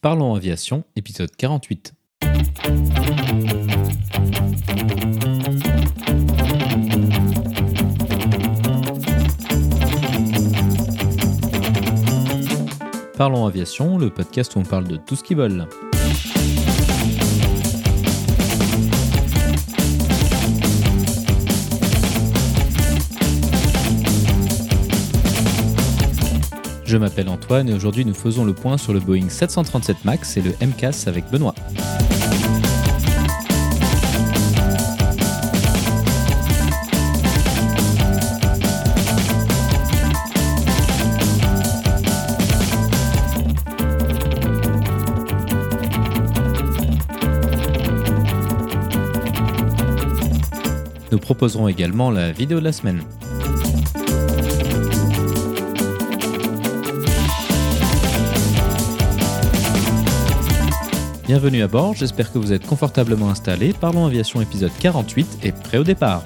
Parlons Aviation, épisode 48. Parlons Aviation, le podcast où on parle de tout ce qui vole. Je m'appelle Antoine et aujourd'hui nous faisons le point sur le Boeing 737 MAX et le MCAS avec Benoît. Nous proposerons également la vidéo de la semaine. Bienvenue à bord, j'espère que vous êtes confortablement installés. Parlons Aviation épisode 48 et prêt au départ.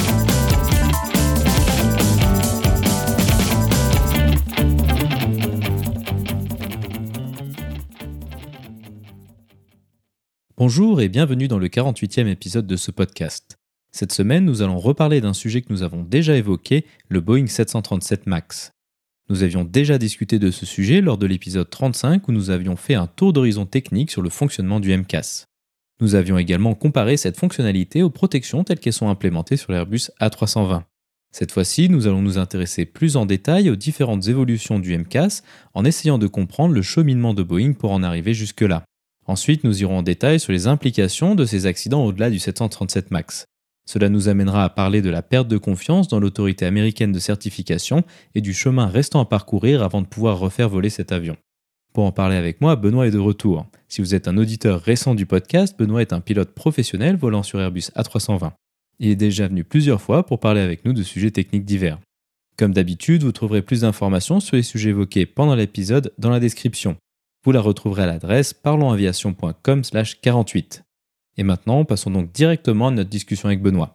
Bonjour et bienvenue dans le 48e épisode de ce podcast. Cette semaine, nous allons reparler d'un sujet que nous avons déjà évoqué, le Boeing 737 MAX. Nous avions déjà discuté de ce sujet lors de l'épisode 35 où nous avions fait un tour d'horizon technique sur le fonctionnement du MCAS. Nous avions également comparé cette fonctionnalité aux protections telles qu'elles sont implémentées sur l'Airbus A320. Cette fois-ci, nous allons nous intéresser plus en détail aux différentes évolutions du MCAS en essayant de comprendre le cheminement de Boeing pour en arriver jusque-là. Ensuite, nous irons en détail sur les implications de ces accidents au-delà du 737 MAX. Cela nous amènera à parler de la perte de confiance dans l'autorité américaine de certification et du chemin restant à parcourir avant de pouvoir refaire voler cet avion. Pour en parler avec moi, Benoît est de retour. Si vous êtes un auditeur récent du podcast, Benoît est un pilote professionnel volant sur Airbus A320. Il est déjà venu plusieurs fois pour parler avec nous de sujets techniques divers. Comme d'habitude, vous trouverez plus d'informations sur les sujets évoqués pendant l'épisode dans la description. Vous la retrouverez à l'adresse parlonsaviation.com/48. Et maintenant, passons donc directement à notre discussion avec Benoît.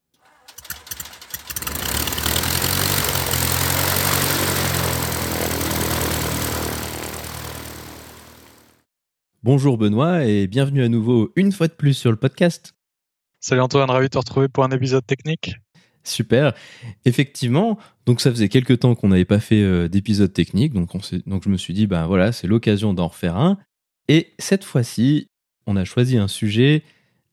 Bonjour Benoît et bienvenue à nouveau une fois de plus sur le podcast. Salut Antoine, ravi de te retrouver pour un épisode technique. Super. Effectivement, donc ça faisait quelques temps qu'on n'avait pas fait d'épisode technique, donc je me suis dit, voilà, c'est l'occasion d'en refaire un. Et cette fois-ci, on a choisi un sujet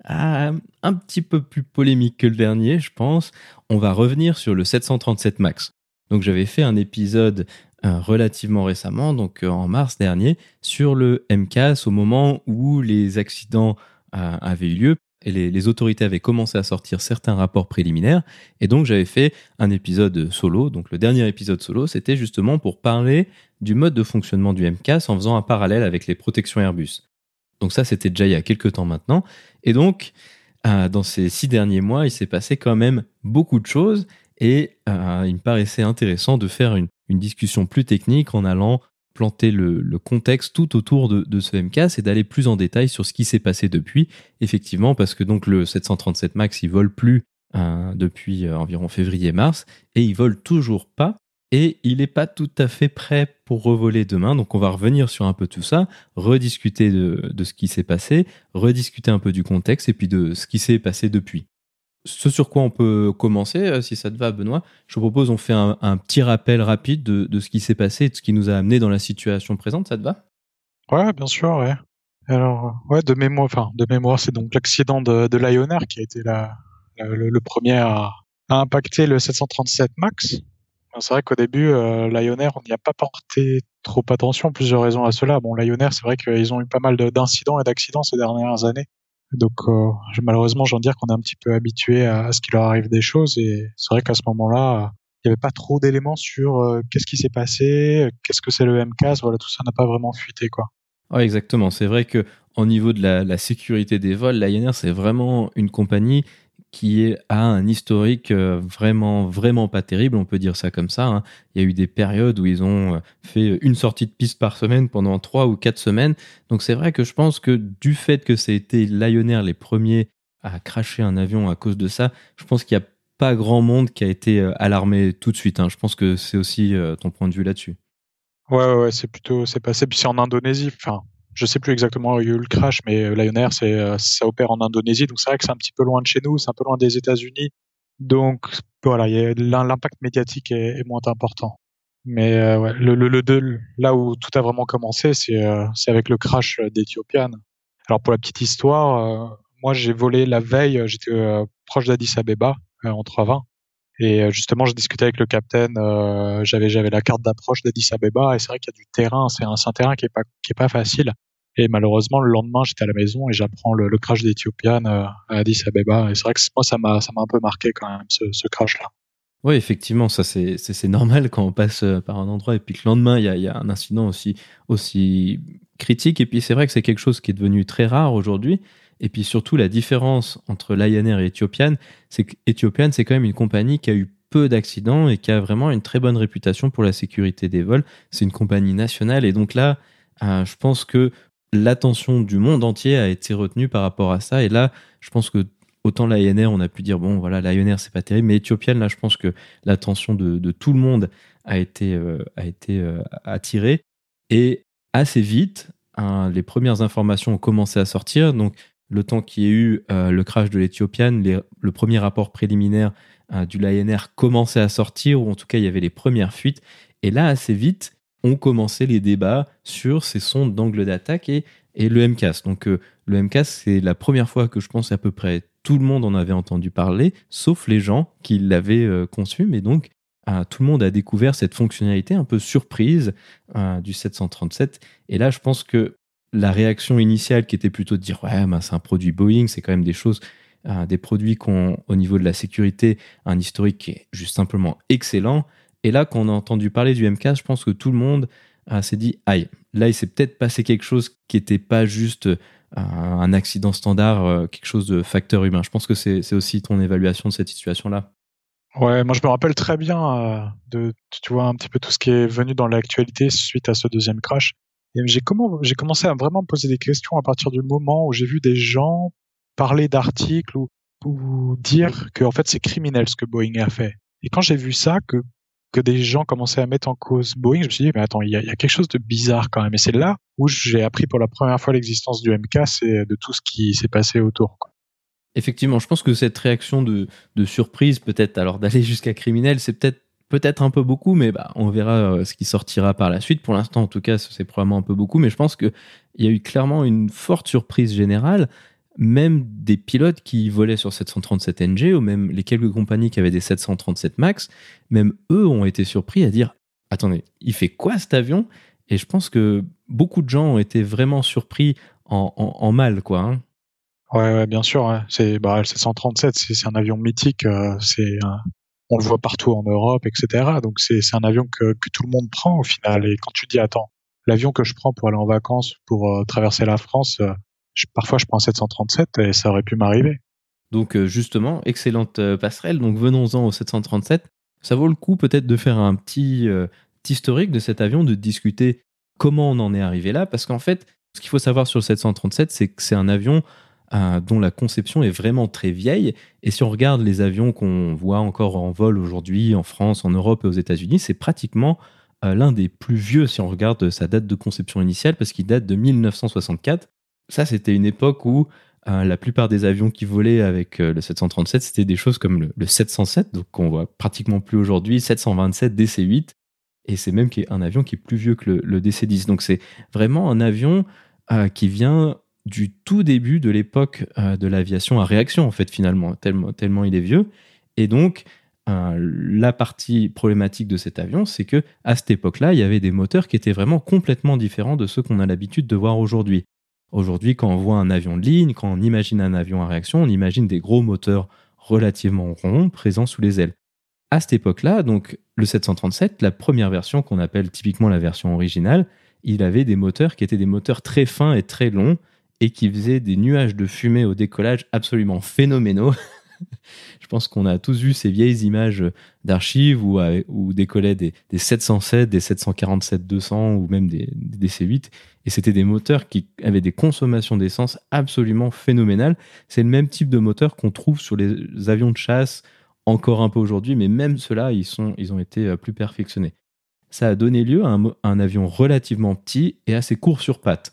un petit peu plus polémique que le dernier, je pense. On va revenir sur le 737 MAX. Donc j'avais fait un épisode relativement récemment, donc en mars dernier, sur le MCAS au moment où les accidents avaient eu lieu et les autorités avaient commencé à sortir certains rapports préliminaires. Et donc j'avais fait un épisode solo. Donc le dernier épisode solo, c'était justement pour parler du mode de fonctionnement du MCAS en faisant un parallèle avec les protections Airbus. Donc ça, c'était déjà il y a quelques temps maintenant. Et donc, dans ces 6 derniers mois, il s'est passé quand même beaucoup de choses. Et il me paraissait intéressant de faire une discussion plus technique en allant planter le contexte tout autour de ce MCAS et d'aller plus en détail sur ce qui s'est passé depuis. Effectivement, parce que donc le 737 MAX, il vole plus depuis environ février-mars. Et il vole toujours pas. Et il n'est pas tout à fait prêt pour revoler demain. Donc on va revenir sur un peu tout ça, rediscuter de ce qui s'est passé, rediscuter un peu du contexte et puis de ce qui s'est passé depuis. Ce sur quoi on peut commencer, si ça te va Benoît, je te propose on fait un petit rappel rapide de ce qui s'est passé et de ce qui nous a amené dans la situation présente, ça te va ? Ouais, bien sûr, ouais. Alors, de mémoire, c'est donc l'accident de Lion Air qui a été le premier à impacter le 737 MAX. C'est vrai qu'au début, Lion Air, on n'y a pas porté trop attention, plusieurs raisons à cela. Bon, Lion Air, c'est vrai qu'ils ont eu pas mal d'incidents et d'accidents ces dernières années. Donc, malheureusement, j'ai envie de dire qu'on est un petit peu habitué à ce qu'il leur arrive des choses. Et c'est vrai qu'à ce moment-là, il n'y avait pas trop d'éléments sur qu'est-ce qui s'est passé, qu'est-ce que c'est le MCAS. Voilà, tout ça n'a pas vraiment fuité, quoi. Ouais, exactement. C'est vrai qu'au niveau de la sécurité des vols, Lion Air, c'est vraiment une compagnie qui a un historique vraiment, vraiment pas terrible, on peut dire ça comme ça. Hein. Il y a eu des périodes où ils ont fait une sortie de piste par semaine pendant 3 ou 4 semaines. Donc c'est vrai que je pense que du fait que ça a été Lion Air les premiers à cracher un avion à cause de ça, je pense qu'il n'y a pas grand monde qui a été alarmé tout de suite. Hein. Je pense que c'est aussi ton point de vue là-dessus. Ouais, c'est passé. Puis c'est en Indonésie. Enfin, je sais plus exactement où il y a eu le crash, mais Lion Air, ça opère en Indonésie, donc c'est vrai que c'est un petit peu loin de chez nous, c'est un peu loin des États-Unis. Donc voilà, l'impact médiatique est moins important. Mais ouais, là où tout a vraiment commencé, c'est avec le crash d'Ethiopian. Alors pour la petite histoire, moi j'ai volé la veille, j'étais proche d'Addis Abeba en 320. Et justement, je discutais avec le capitaine. J'avais la carte d'approche d'Addis Abeba et c'est vrai qu'il y a du terrain. C'est un terrain qui est pas facile. Et malheureusement, le lendemain, j'étais à la maison et j'apprends le crash d'Ethiopian à Addis Abeba. Et c'est vrai que moi, ça m'a un peu marqué quand même ce crash-là. Oui, effectivement, ça c'est normal quand on passe par un endroit et puis que le lendemain il y a un incident aussi critique. Et puis c'est vrai que c'est quelque chose qui est devenu très rare aujourd'hui. Et puis surtout la différence entre Lion Air et Ethiopian, c'est qu'Ethiopian c'est quand même une compagnie qui a eu peu d'accidents et qui a vraiment une très bonne réputation pour la sécurité des vols. C'est une compagnie nationale et donc là, je pense que l'attention du monde entier a été retenue par rapport à ça. Et là, je pense que autant Lion Air, on a pu dire, bon, voilà, Lion Air, c'est pas terrible, mais Ethiopian, là, je pense que l'attention de tout le monde a été attirée. Et assez vite, les premières informations ont commencé à sortir. Donc, le temps qu'il y ait eu le crash de l'Ethiopian, le premier rapport préliminaire du Lion Air commençait à sortir, ou en tout cas, il y avait les premières fuites. Et là, assez vite, ont commencé les débats sur ces sondes d'angle d'attaque et le MCAS. Donc, le MCAS, c'est la première fois que je pense à peu près tout le monde en avait entendu parler, sauf les gens qui l'avaient conçu. Mais donc, tout le monde a découvert cette fonctionnalité un peu surprise du 737. Et là, je pense que la réaction initiale qui était plutôt de dire ouais, ben, c'est un produit Boeing, c'est quand même des choses, des produits qui ont au niveau de la sécurité un historique qui est juste simplement excellent. Et là, quand on a entendu parler du MCAS, je pense que tout le monde s'est dit aïe, là, il s'est peut-être passé quelque chose qui n'était pas juste un accident standard, quelque chose de facteur humain. Je pense que c'est aussi ton évaluation de cette situation-là. Ouais, moi je me rappelle très bien tu vois, un petit peu tout ce qui est venu dans l'actualité suite à ce deuxième crash. Et j'ai commencé à vraiment me poser des questions à partir du moment où j'ai vu des gens parler d'articles ou dire que en fait c'est criminel ce que Boeing a fait. Et quand j'ai vu ça, que des gens commençaient à mettre en cause Boeing, je me suis dit mais attends, il y a quelque chose de bizarre quand même. Et c'est là où j'ai appris pour la première fois l'existence du MK, c'est de tout ce qui s'est passé autour, quoi. Effectivement, je pense que cette réaction de surprise, peut-être alors d'aller jusqu'à criminel, c'est peut-être un peu beaucoup, mais bah, on verra ce qui sortira par la suite. Pour l'instant, en tout cas, c'est probablement un peu beaucoup, mais je pense qu'il y a eu clairement une forte surprise générale. Même des pilotes qui volaient sur 737 NG, ou même les quelques compagnies qui avaient des 737 MAX, même eux ont été surpris à dire attendez, il fait quoi cet avion? Et je pense que beaucoup de gens ont été vraiment surpris en mal, quoi. Hein. Ouais, bien sûr, ouais. Le 737, c'est un avion mythique. On le voit partout en Europe, etc. Donc c'est un avion que tout le monde prend au final. Et quand tu dis attends, l'avion que je prends pour aller en vacances, pour traverser la France, parfois je prends un 737 et ça aurait pu m'arriver. Donc justement, excellente passerelle. Donc venons-en au 737. Ça vaut le coup peut-être de faire un petit historique de cet avion, de discuter comment on en est arrivé là, parce qu'en fait, ce qu'il faut savoir sur le 737, c'est que c'est un avion dont la conception est vraiment très vieille. Et si on regarde les avions qu'on voit encore en vol aujourd'hui en France, en Europe et aux États-Unis, c'est pratiquement l'un des plus vieux si on regarde sa date de conception initiale, parce qu'il date de 1964. Ça, c'était une époque où la plupart des avions qui volaient avec le 737, c'était des choses comme le 707, donc qu'on voit pratiquement plus aujourd'hui, 727, DC-8, et c'est même un avion qui est plus vieux que le DC-10. Donc c'est vraiment un avion qui vient du tout début de l'époque de l'aviation à réaction, en fait, finalement, tellement il est vieux. Et donc, la partie problématique de cet avion, c'est que à cette époque-là, il y avait des moteurs qui étaient vraiment complètement différents de ceux qu'on a l'habitude de voir aujourd'hui. Aujourd'hui, quand on voit un avion de ligne, quand on imagine un avion à réaction, on imagine des gros moteurs relativement ronds présents sous les ailes. À cette époque-là, donc le 737, la première version qu'on appelle typiquement la version originale, il avait des moteurs qui étaient des moteurs très fins et très longs et qui faisaient des nuages de fumée au décollage absolument phénoménaux. Je pense qu'on a tous vu ces vieilles images d'archives où décollaient des 707, des 747-200 ou même des C8. Et c'était des moteurs qui avaient des consommations d'essence absolument phénoménales. C'est le même type de moteur qu'on trouve sur les avions de chasse encore un peu aujourd'hui, mais même ceux-là, ils ont été plus perfectionnés. Ça a donné lieu à un avion relativement petit et assez court sur pattes.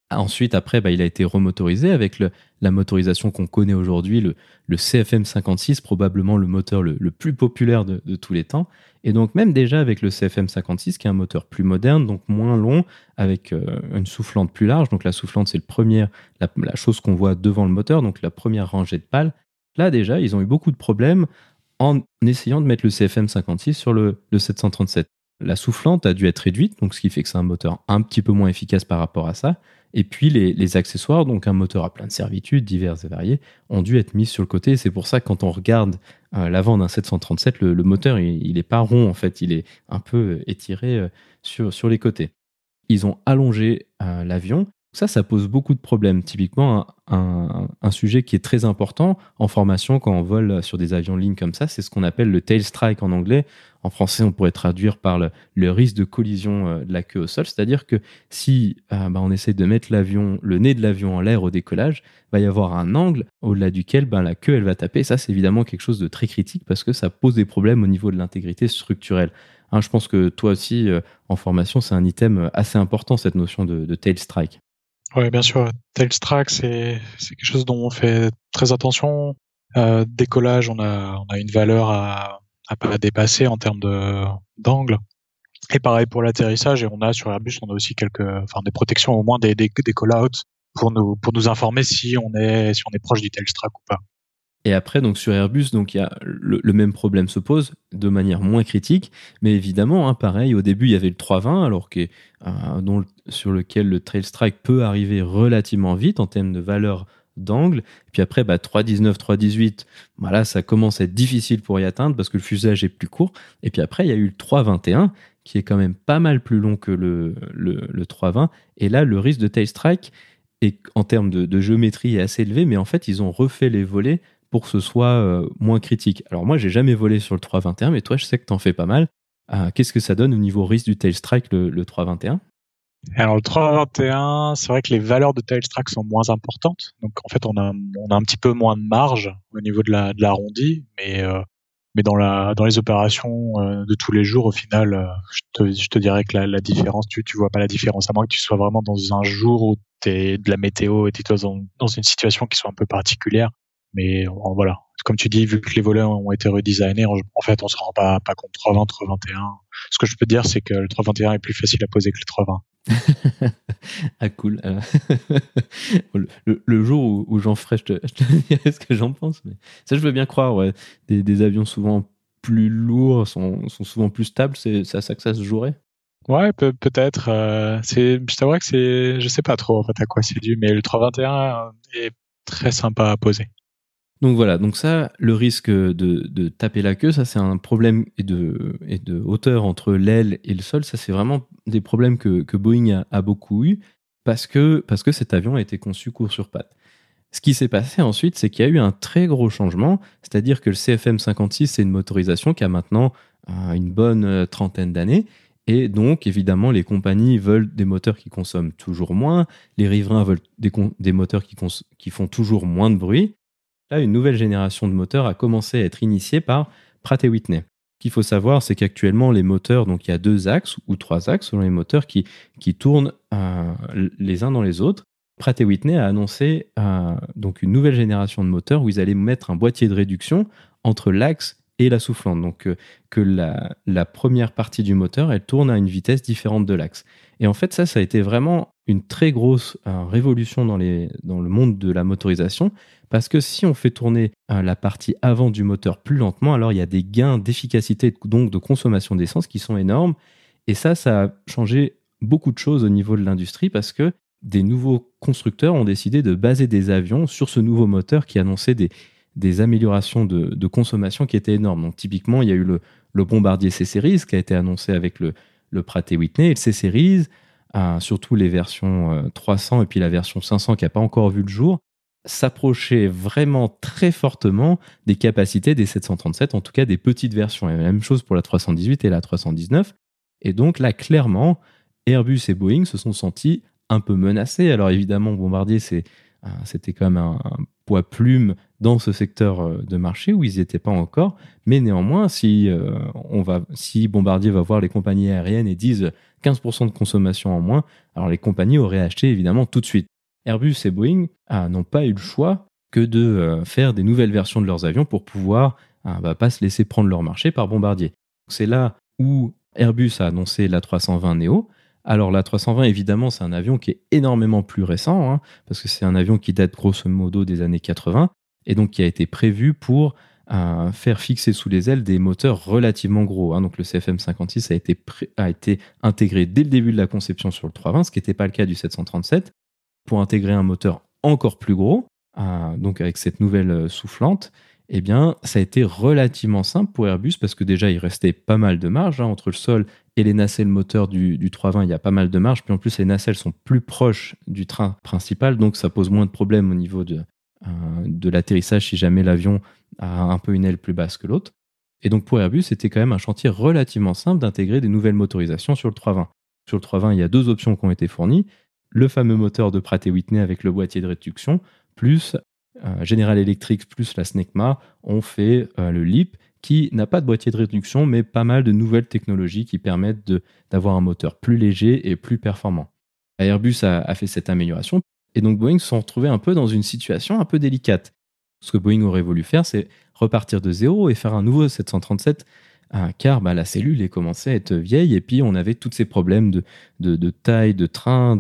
Ensuite, après, il a été remotorisé avec la motorisation qu'on connaît aujourd'hui, le CFM56, probablement le moteur le plus populaire de tous les temps. Et donc, même déjà avec le CFM56, qui est un moteur plus moderne, donc moins long, avec une soufflante plus large. Donc, la soufflante, c'est la chose qu'on voit devant le moteur, donc la première rangée de pales. Là, déjà, ils ont eu beaucoup de problèmes en essayant de mettre le CFM56 sur le 737. La soufflante a dû être réduite, donc ce qui fait que c'est un moteur un petit peu moins efficace par rapport à ça. Et puis les accessoires, donc un moteur à plein de servitudes, diverses et variées, ont dû être mis sur le côté. C'est pour ça que quand on regarde l'avant d'un 737, le moteur, il n'est pas rond en fait, il est un peu étiré sur les côtés. Ils ont allongé l'avion. Ça pose beaucoup de problèmes. Typiquement, un sujet qui est très important en formation quand on vole sur des avions de ligne comme ça, c'est ce qu'on appelle le tail strike en anglais. En français, on pourrait traduire par le risque de collision de la queue au sol. C'est-à-dire que si on essaie de mettre le nez de l'avion en l'air au décollage, il va y avoir un angle au-delà duquel la queue elle va taper. Ça, c'est évidemment quelque chose de très critique parce que ça pose des problèmes au niveau de l'intégrité structurelle. Je pense que toi aussi, en formation, c'est un item assez important, cette notion de tail strike. Oui, bien sûr. Tail strike, c'est quelque chose dont on fait très attention. Décollage, on a une valeur à pas dépasser en termes d'angle. Et pareil pour l'atterrissage. Et on a sur Airbus, on a aussi des protections, au moins des call-outs pour nous informer si on est proche du tail strike ou pas. Et après, donc sur Airbus, donc il y a le même problème se pose de manière moins critique, mais évidemment, pareil, au début il y avait le 320, alors sur lequel le tail strike peut arriver relativement vite en termes de valeur d'angle. Et puis après, 319, 318, là ça commence à être difficile pour y atteindre parce que le fuselage est plus court. Et puis après, il y a eu le 321 qui est quand même pas mal plus long que le 320. Et là, le risque de tail strike est, en termes de géométrie, est assez élevé, mais en fait, ils ont refait les volets pour que ce soit moins critique. Alors moi, j'ai jamais volé sur le 321, mais toi, je sais que t'en fais pas mal. Qu'est-ce que ça donne au niveau risque du tail strike, le 321 ? Alors le 321, c'est vrai que les valeurs de tail strike sont moins importantes. Donc en fait, on a un petit peu moins de marge au niveau de l'arrondi, mais dans les opérations de tous les jours, au final, je te dirais que la différence, tu vois pas la différence, à moins que tu sois vraiment dans un jour où t'es de la météo et tu es dans une situation qui soit un peu particulière. Mais voilà, comme tu dis, vu que les volets ont été redesignés, en fait, on se rend pas compte. 320, 321. Ce que je peux te dire, c'est que le 321 est plus facile à poser que le 320. Ah cool. Le jour où j'en ferai, je te dirai ce que j'en pense. Mais ça, je veux bien croire. Ouais. Des avions souvent plus lourds sont souvent plus stables. C'est à ça que ça se jouerait. Ouais, peut-être. Je t'avoue que je sais pas trop en fait à quoi c'est dû, mais le 321 est très sympa à poser. Donc voilà, donc ça, le risque de taper la queue, ça c'est un problème et de hauteur entre l'aile et le sol. Ça c'est vraiment des problèmes que Boeing a beaucoup eu parce que cet avion a été conçu court sur pattes. Ce qui s'est passé ensuite, c'est qu'il y a eu un très gros changement, c'est-à-dire que le CFM56, c'est une motorisation qui a maintenant une bonne trentaine d'années. Et donc, évidemment, les compagnies veulent des moteurs qui consomment toujours moins, les riverains veulent des moteurs qui font toujours moins de bruit. Là, une nouvelle génération de moteurs a commencé à être initiée par Pratt & Whitney. Ce qu'il faut savoir, c'est qu'actuellement, les moteurs, donc il y a 2 axes ou 3 axes selon les moteurs qui tournent les uns dans les autres. Pratt & Whitney a annoncé donc une nouvelle génération de moteurs où ils allaient mettre un boîtier de réduction entre l'axe et la soufflante. Donc que la première partie du moteur, elle tourne à une vitesse différente de l'axe. Et en fait, ça a été vraiment une très grosse révolution dans le monde de la motorisation, parce que si on fait tourner la partie avant du moteur plus lentement, alors il y a des gains d'efficacité, donc de consommation d'essence qui sont énormes. Et ça a changé beaucoup de choses au niveau de l'industrie, parce que des nouveaux constructeurs ont décidé de baser des avions sur ce nouveau moteur qui annonçait des améliorations de consommation qui étaient énormes. Donc typiquement, il y a eu le Bombardier C-Series qui a été annoncé avec le Pratt & Whitney, et le C-Series, surtout les versions 300 et puis la version 500 qui n'a pas encore vu le jour, s'approchait vraiment très fortement des capacités des 737, en tout cas des petites versions. Et la même chose pour la 318 et la 319. Et donc là, clairement, Airbus et Boeing se sont sentis un peu menacés. Alors évidemment, Bombardier, c'est c'était quand même un poids plume dans ce secteur de marché où ils n'y étaient pas encore. Mais néanmoins, si Bombardier va voir les compagnies aériennes et disent 15% de consommation en moins, alors les compagnies auraient acheté évidemment tout de suite. Airbus et Boeing n'ont pas eu le choix que de faire des nouvelles versions de leurs avions pour pouvoir pas se laisser prendre leur marché par Bombardier. C'est là où Airbus a annoncé l'A320neo. Alors l'A320, évidemment, c'est un avion qui est énormément plus récent, parce que c'est un avion qui date grosso modo des années 80, et donc qui a été prévu pour faire fixer sous les ailes des moteurs relativement gros. Donc le CFM56 a été intégré dès le début de la conception sur le 320, ce qui n'était pas le cas du 737, pour intégrer un moteur encore plus gros, donc avec cette nouvelle soufflante. Eh bien, ça a été relativement simple pour Airbus parce que déjà, il restait pas mal de marge entre le sol et les nacelles moteurs du 320. Il y a pas mal de marge. Puis en plus, les nacelles sont plus proches du train principal, donc ça pose moins de problèmes au niveau de l'atterrissage si jamais l'avion a un peu une aile plus basse que l'autre. Et donc pour Airbus, c'était quand même un chantier relativement simple d'intégrer des nouvelles motorisations sur le 320. Sur le 320, il y a 2 options qui ont été fournies. Le fameux moteur de Pratt & Whitney avec le boîtier de réduction, plus General Electric plus la Snecma ont fait le LEAP qui n'a pas de boîtier de réduction mais pas mal de nouvelles technologies qui permettent d'avoir un moteur plus léger et plus performant. Airbus a fait cette amélioration et donc Boeing se sont retrouvés un peu dans une situation un peu délicate. Ce que Boeing aurait voulu faire, c'est repartir de zéro et faire un nouveau 737 car la cellule commençait à être vieille et puis on avait tous ces problèmes de taille, de train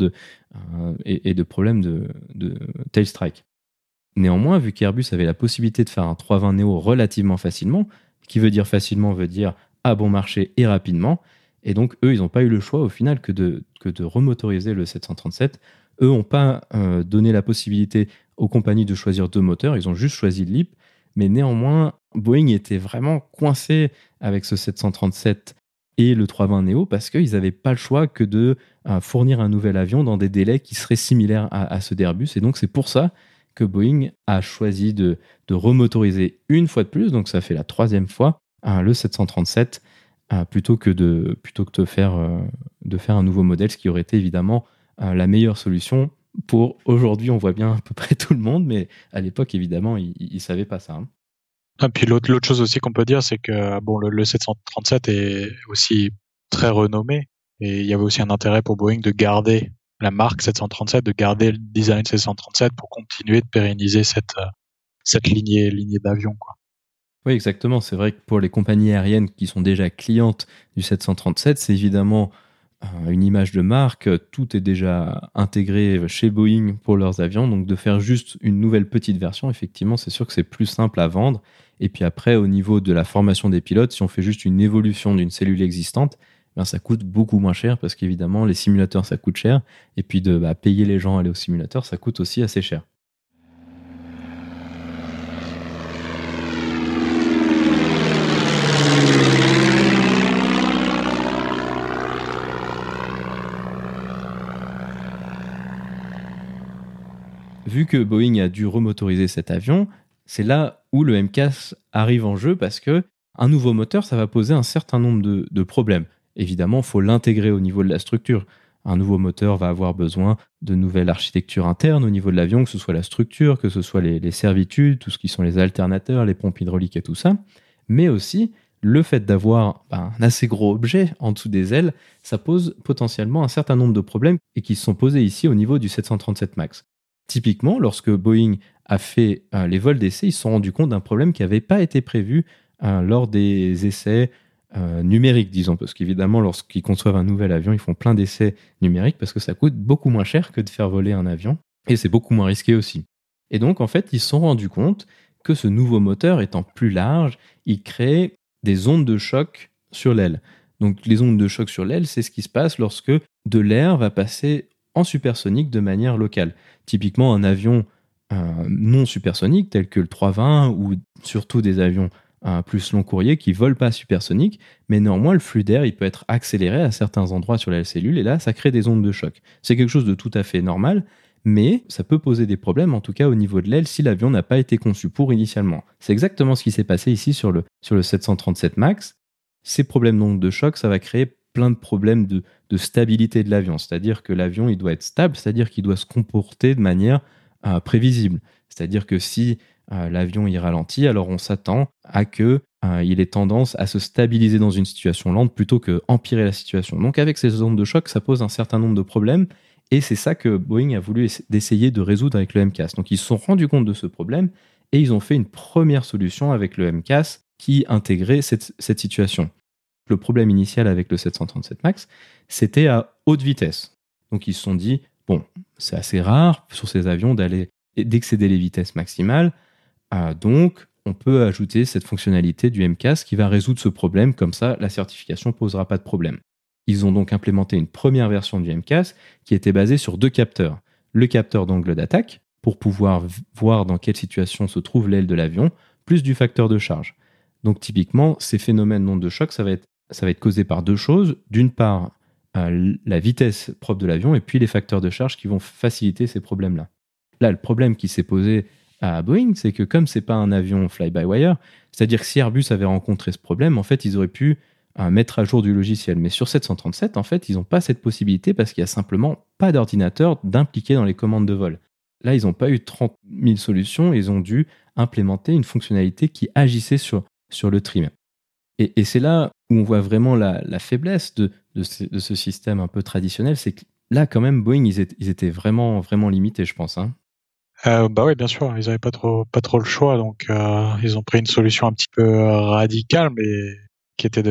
et de problèmes de tail strike. Néanmoins, vu qu'Airbus avait la possibilité de faire un 320neo relativement facilement, qui veut dire facilement veut dire à bon marché et rapidement, et donc eux, ils n'ont pas eu le choix au final que de remotoriser le 737. Eux n'ont pas donné la possibilité aux compagnies de choisir 2 moteurs, ils ont juste choisi le LEAP, mais néanmoins, Boeing était vraiment coincé avec ce 737 et le 320neo parce qu'ils n'avaient pas le choix que de fournir un nouvel avion dans des délais qui seraient similaires à ceux d'Airbus, et donc c'est pour ça que Boeing a choisi de remotoriser une fois de plus, donc ça fait la 3e fois, le 737, plutôt que de faire un nouveau modèle, ce qui aurait été évidemment la meilleure solution pour aujourd'hui. On voit bien à peu près tout le monde, mais à l'époque, évidemment, ils ne savaient pas ça. Puis l'autre chose aussi qu'on peut dire, c'est que le 737 est aussi très renommé, et il y avait aussi un intérêt pour Boeing de garder la marque 737, de garder le design 737 pour continuer de pérenniser cette lignée d'avions, quoi. Oui, exactement. C'est vrai que pour les compagnies aériennes qui sont déjà clientes du 737, c'est évidemment une image de marque. Tout est déjà intégré chez Boeing pour leurs avions. Donc de faire juste une nouvelle petite version, effectivement, c'est sûr que c'est plus simple à vendre. Et puis après, au niveau de la formation des pilotes, si on fait juste une évolution d'une cellule existante, ça coûte beaucoup moins cher parce qu'évidemment, les simulateurs, ça coûte cher. Et puis de payer les gens à aller au simulateur, ça coûte aussi assez cher. Vu que Boeing a dû remotoriser cet avion, c'est là où le MCAS arrive en jeu parce que un nouveau moteur, ça va poser un certain nombre de problèmes. Évidemment, il faut l'intégrer au niveau de la structure. Un nouveau moteur va avoir besoin de nouvelles architectures internes au niveau de l'avion, que ce soit la structure, que ce soit les servitudes, tout ce qui sont les alternateurs, les pompes hydrauliques et tout ça. Mais aussi, le fait d'avoir un assez gros objet en dessous des ailes, ça pose potentiellement un certain nombre de problèmes et qui se sont posés ici au niveau du 737 MAX. Typiquement, lorsque Boeing a fait les vols d'essai, ils se sont rendus compte d'un problème qui n'avait pas été prévu lors des essais numériques, disons, parce qu'évidemment, lorsqu'ils conçoivent un nouvel avion, ils font plein d'essais numériques parce que ça coûte beaucoup moins cher que de faire voler un avion et c'est beaucoup moins risqué aussi. Et donc, en fait, ils se sont rendus compte que ce nouveau moteur étant plus large, il crée des ondes de choc sur l'aile. Donc, les ondes de choc sur l'aile, c'est ce qui se passe lorsque de l'air va passer en supersonique de manière locale. Typiquement, un avion non supersonique, tel que le 320 ou surtout des avions plus long courrier qui ne volent pas supersonique, mais néanmoins, le flux d'air il peut être accéléré à certains endroits sur la cellule et là, ça crée des ondes de choc. C'est quelque chose de tout à fait normal, mais ça peut poser des problèmes, en tout cas au niveau de l'aile, si l'avion n'a pas été conçu pour initialement. C'est exactement ce qui s'est passé ici sur le 737 MAX. Ces problèmes d'ondes de choc, ça va créer plein de problèmes de stabilité de l'avion. C'est-à-dire que l'avion, il doit être stable, c'est-à-dire qu'il doit se comporter de manière prévisible. C'est-à-dire que si l'avion il ralentit, alors on s'attend à que il ait tendance à se stabiliser dans une situation lente plutôt que empirer la situation. Donc avec ces ondes de choc, ça pose un certain nombre de problèmes et c'est ça que Boeing a voulu d'essayer de résoudre avec le MCAS. Donc ils se sont rendus compte de ce problème et ils ont fait une première solution avec le MCAS qui intégrait cette situation. Le problème initial avec le 737 MAX, c'était à haute vitesse. Donc ils se sont dit, bon, c'est assez rare sur ces avions d'excéder les vitesses maximales, donc on peut ajouter cette fonctionnalité du MCAS qui va résoudre ce problème, comme ça la certification ne posera pas de problème. Ils ont donc implémenté une première version du MCAS qui était basée sur 2 capteurs. Le capteur d'angle d'attaque, pour pouvoir voir dans quelle situation se trouve l'aile de l'avion, plus du facteur de charge. Donc typiquement, ces phénomènes d'onde de choc, ça va être causé par 2 choses. D'une part, la vitesse propre de l'avion et puis les facteurs de charge qui vont faciliter ces problèmes-là. Là, le problème qui s'est posé à Boeing, c'est que comme c'est pas un avion fly-by-wire, c'est-à-dire que si Airbus avait rencontré ce problème, en fait, ils auraient pu mettre à jour du logiciel. Mais sur 737, en fait, ils n'ont pas cette possibilité parce qu'il n'y a simplement pas d'ordinateur d'impliquer dans les commandes de vol. Là, ils n'ont pas eu 30 000 solutions, ils ont dû implémenter une fonctionnalité qui agissait sur le trim. Et c'est là où on voit vraiment la faiblesse de ce système un peu traditionnel, c'est que là, quand même, Boeing, ils étaient vraiment, vraiment limités, je pense. Bah oui, bien sûr, ils n'avaient pas trop le choix, donc ils ont pris une solution un petit peu radicale, mais qui était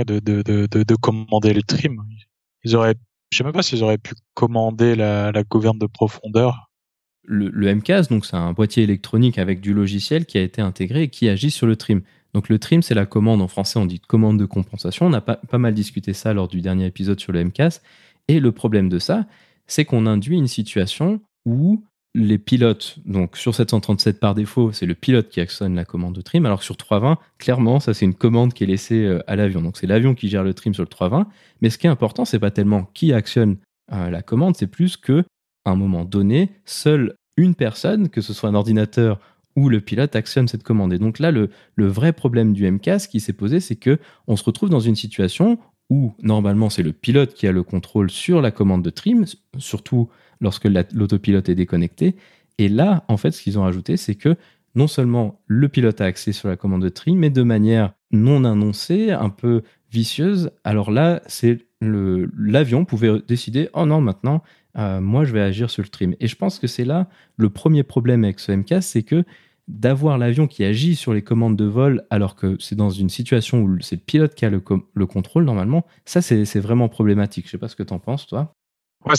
de commander le trim. Je sais même pas s'ils auraient pu commander la gouverne de profondeur. Le MCAS, donc c'est un boîtier électronique avec du logiciel qui a été intégré et qui agit sur le trim. Donc le trim, c'est la commande, en français on dit commande de compensation. On a pas mal discuté ça lors du dernier épisode sur le MCAS. Et le problème de ça, c'est qu'on induit une situation où les pilotes, donc sur 737 par défaut, c'est le pilote qui actionne la commande de trim, alors que sur 320, clairement, ça c'est une commande qui est laissée à l'avion. Donc c'est l'avion qui gère le trim sur le 320. Mais ce qui est important, c'est pas tellement qui actionne la commande, c'est plus que à un moment donné, seule une personne, que ce soit un ordinateur ou le pilote, actionne cette commande. Et donc là, le vrai problème du MCAS qui s'est posé, c'est que on se retrouve dans une situation où normalement c'est le pilote qui a le contrôle sur la commande de trim, surtout lorsque l'autopilote est déconnecté. Et là, en fait, ce qu'ils ont rajouté, c'est que non seulement le pilote a accès sur la commande de trim, mais de manière non annoncée, un peu vicieuse. Alors là, c'est l'avion pouvait décider, oh non, maintenant, moi, je vais agir sur le trim. Et je pense que c'est là le premier problème avec ce MCAS, c'est que d'avoir l'avion qui agit sur les commandes de vol alors que c'est dans une situation où c'est le pilote qui a le contrôle normalement, ça c'est vraiment problématique. Je sais pas ce que tu en penses, toi. Ouais,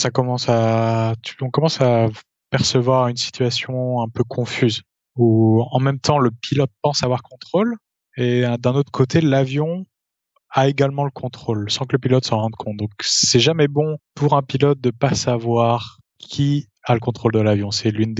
on commence à percevoir une situation un peu confuse où en même temps le pilote pense avoir contrôle et d'un autre côté l'avion a également le contrôle sans que le pilote s'en rende compte. Donc c'est jamais bon pour un pilote de pas savoir qui a le contrôle de l'avion. C'est l'un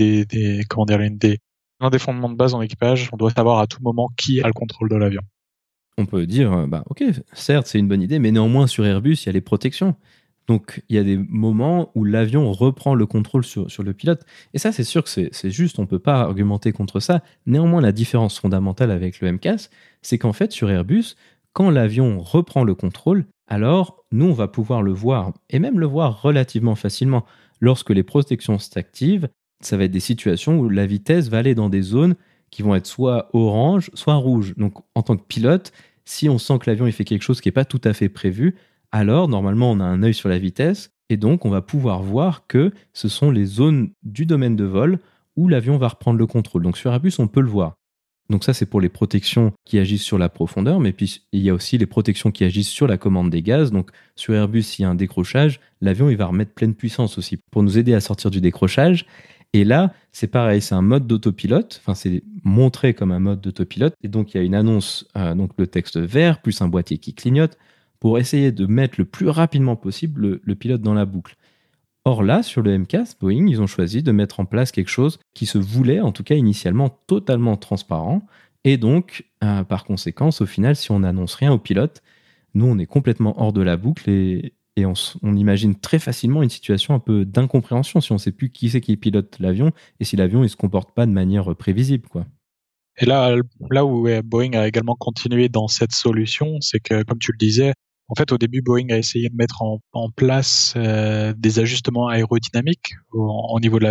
des fondements de base en équipage. On doit savoir à tout moment qui a le contrôle de l'avion. On peut dire, ok, certes c'est une bonne idée, mais néanmoins sur Airbus il y a les protections. Donc il y a des moments où l'avion reprend le contrôle sur le pilote. Et ça c'est sûr que c'est juste, on ne peut pas argumenter contre ça. Néanmoins la différence fondamentale avec le MCAS, c'est qu'en fait sur Airbus, quand l'avion reprend le contrôle, alors nous on va pouvoir le voir, et même le voir relativement facilement. Lorsque les protections s'activent, ça va être des situations où la vitesse va aller dans des zones qui vont être soit orange, soit rouge. Donc en tant que pilote, si on sent que l'avion il fait quelque chose qui n'est pas tout à fait prévu, alors normalement on a un œil sur la vitesse, et donc on va pouvoir voir que ce sont les zones du domaine de vol où l'avion va reprendre le contrôle. Donc sur Airbus, on peut le voir. Donc ça, c'est pour les protections qui agissent sur la profondeur, mais puis il y a aussi les protections qui agissent sur la commande des gaz. Donc sur Airbus, s'il y a un décrochage, l'avion il va remettre pleine puissance aussi pour nous aider à sortir du décrochage. Et là, c'est pareil, c'est un mode d'autopilote, enfin c'est montré comme un mode d'autopilote, et donc il y a une annonce, donc le texte vert, plus un boîtier qui clignote, pour essayer de mettre le plus rapidement possible le pilote dans la boucle. Or là, sur le MCAS, Boeing, ils ont choisi de mettre en place quelque chose qui se voulait, en tout cas initialement, totalement transparent. Et donc, par conséquent, au final, si on n'annonce rien au pilote, nous, on est complètement hors de la boucle et on imagine très facilement une situation un peu d'incompréhension si on ne sait plus qui c'est qui pilote l'avion et si l'avion ne se comporte pas de manière prévisible, quoi. Et là où Boeing a également continué dans cette solution, c'est que, comme tu le disais, en fait, au début, Boeing a essayé de mettre en place des ajustements aérodynamiques au niveau de l'avion.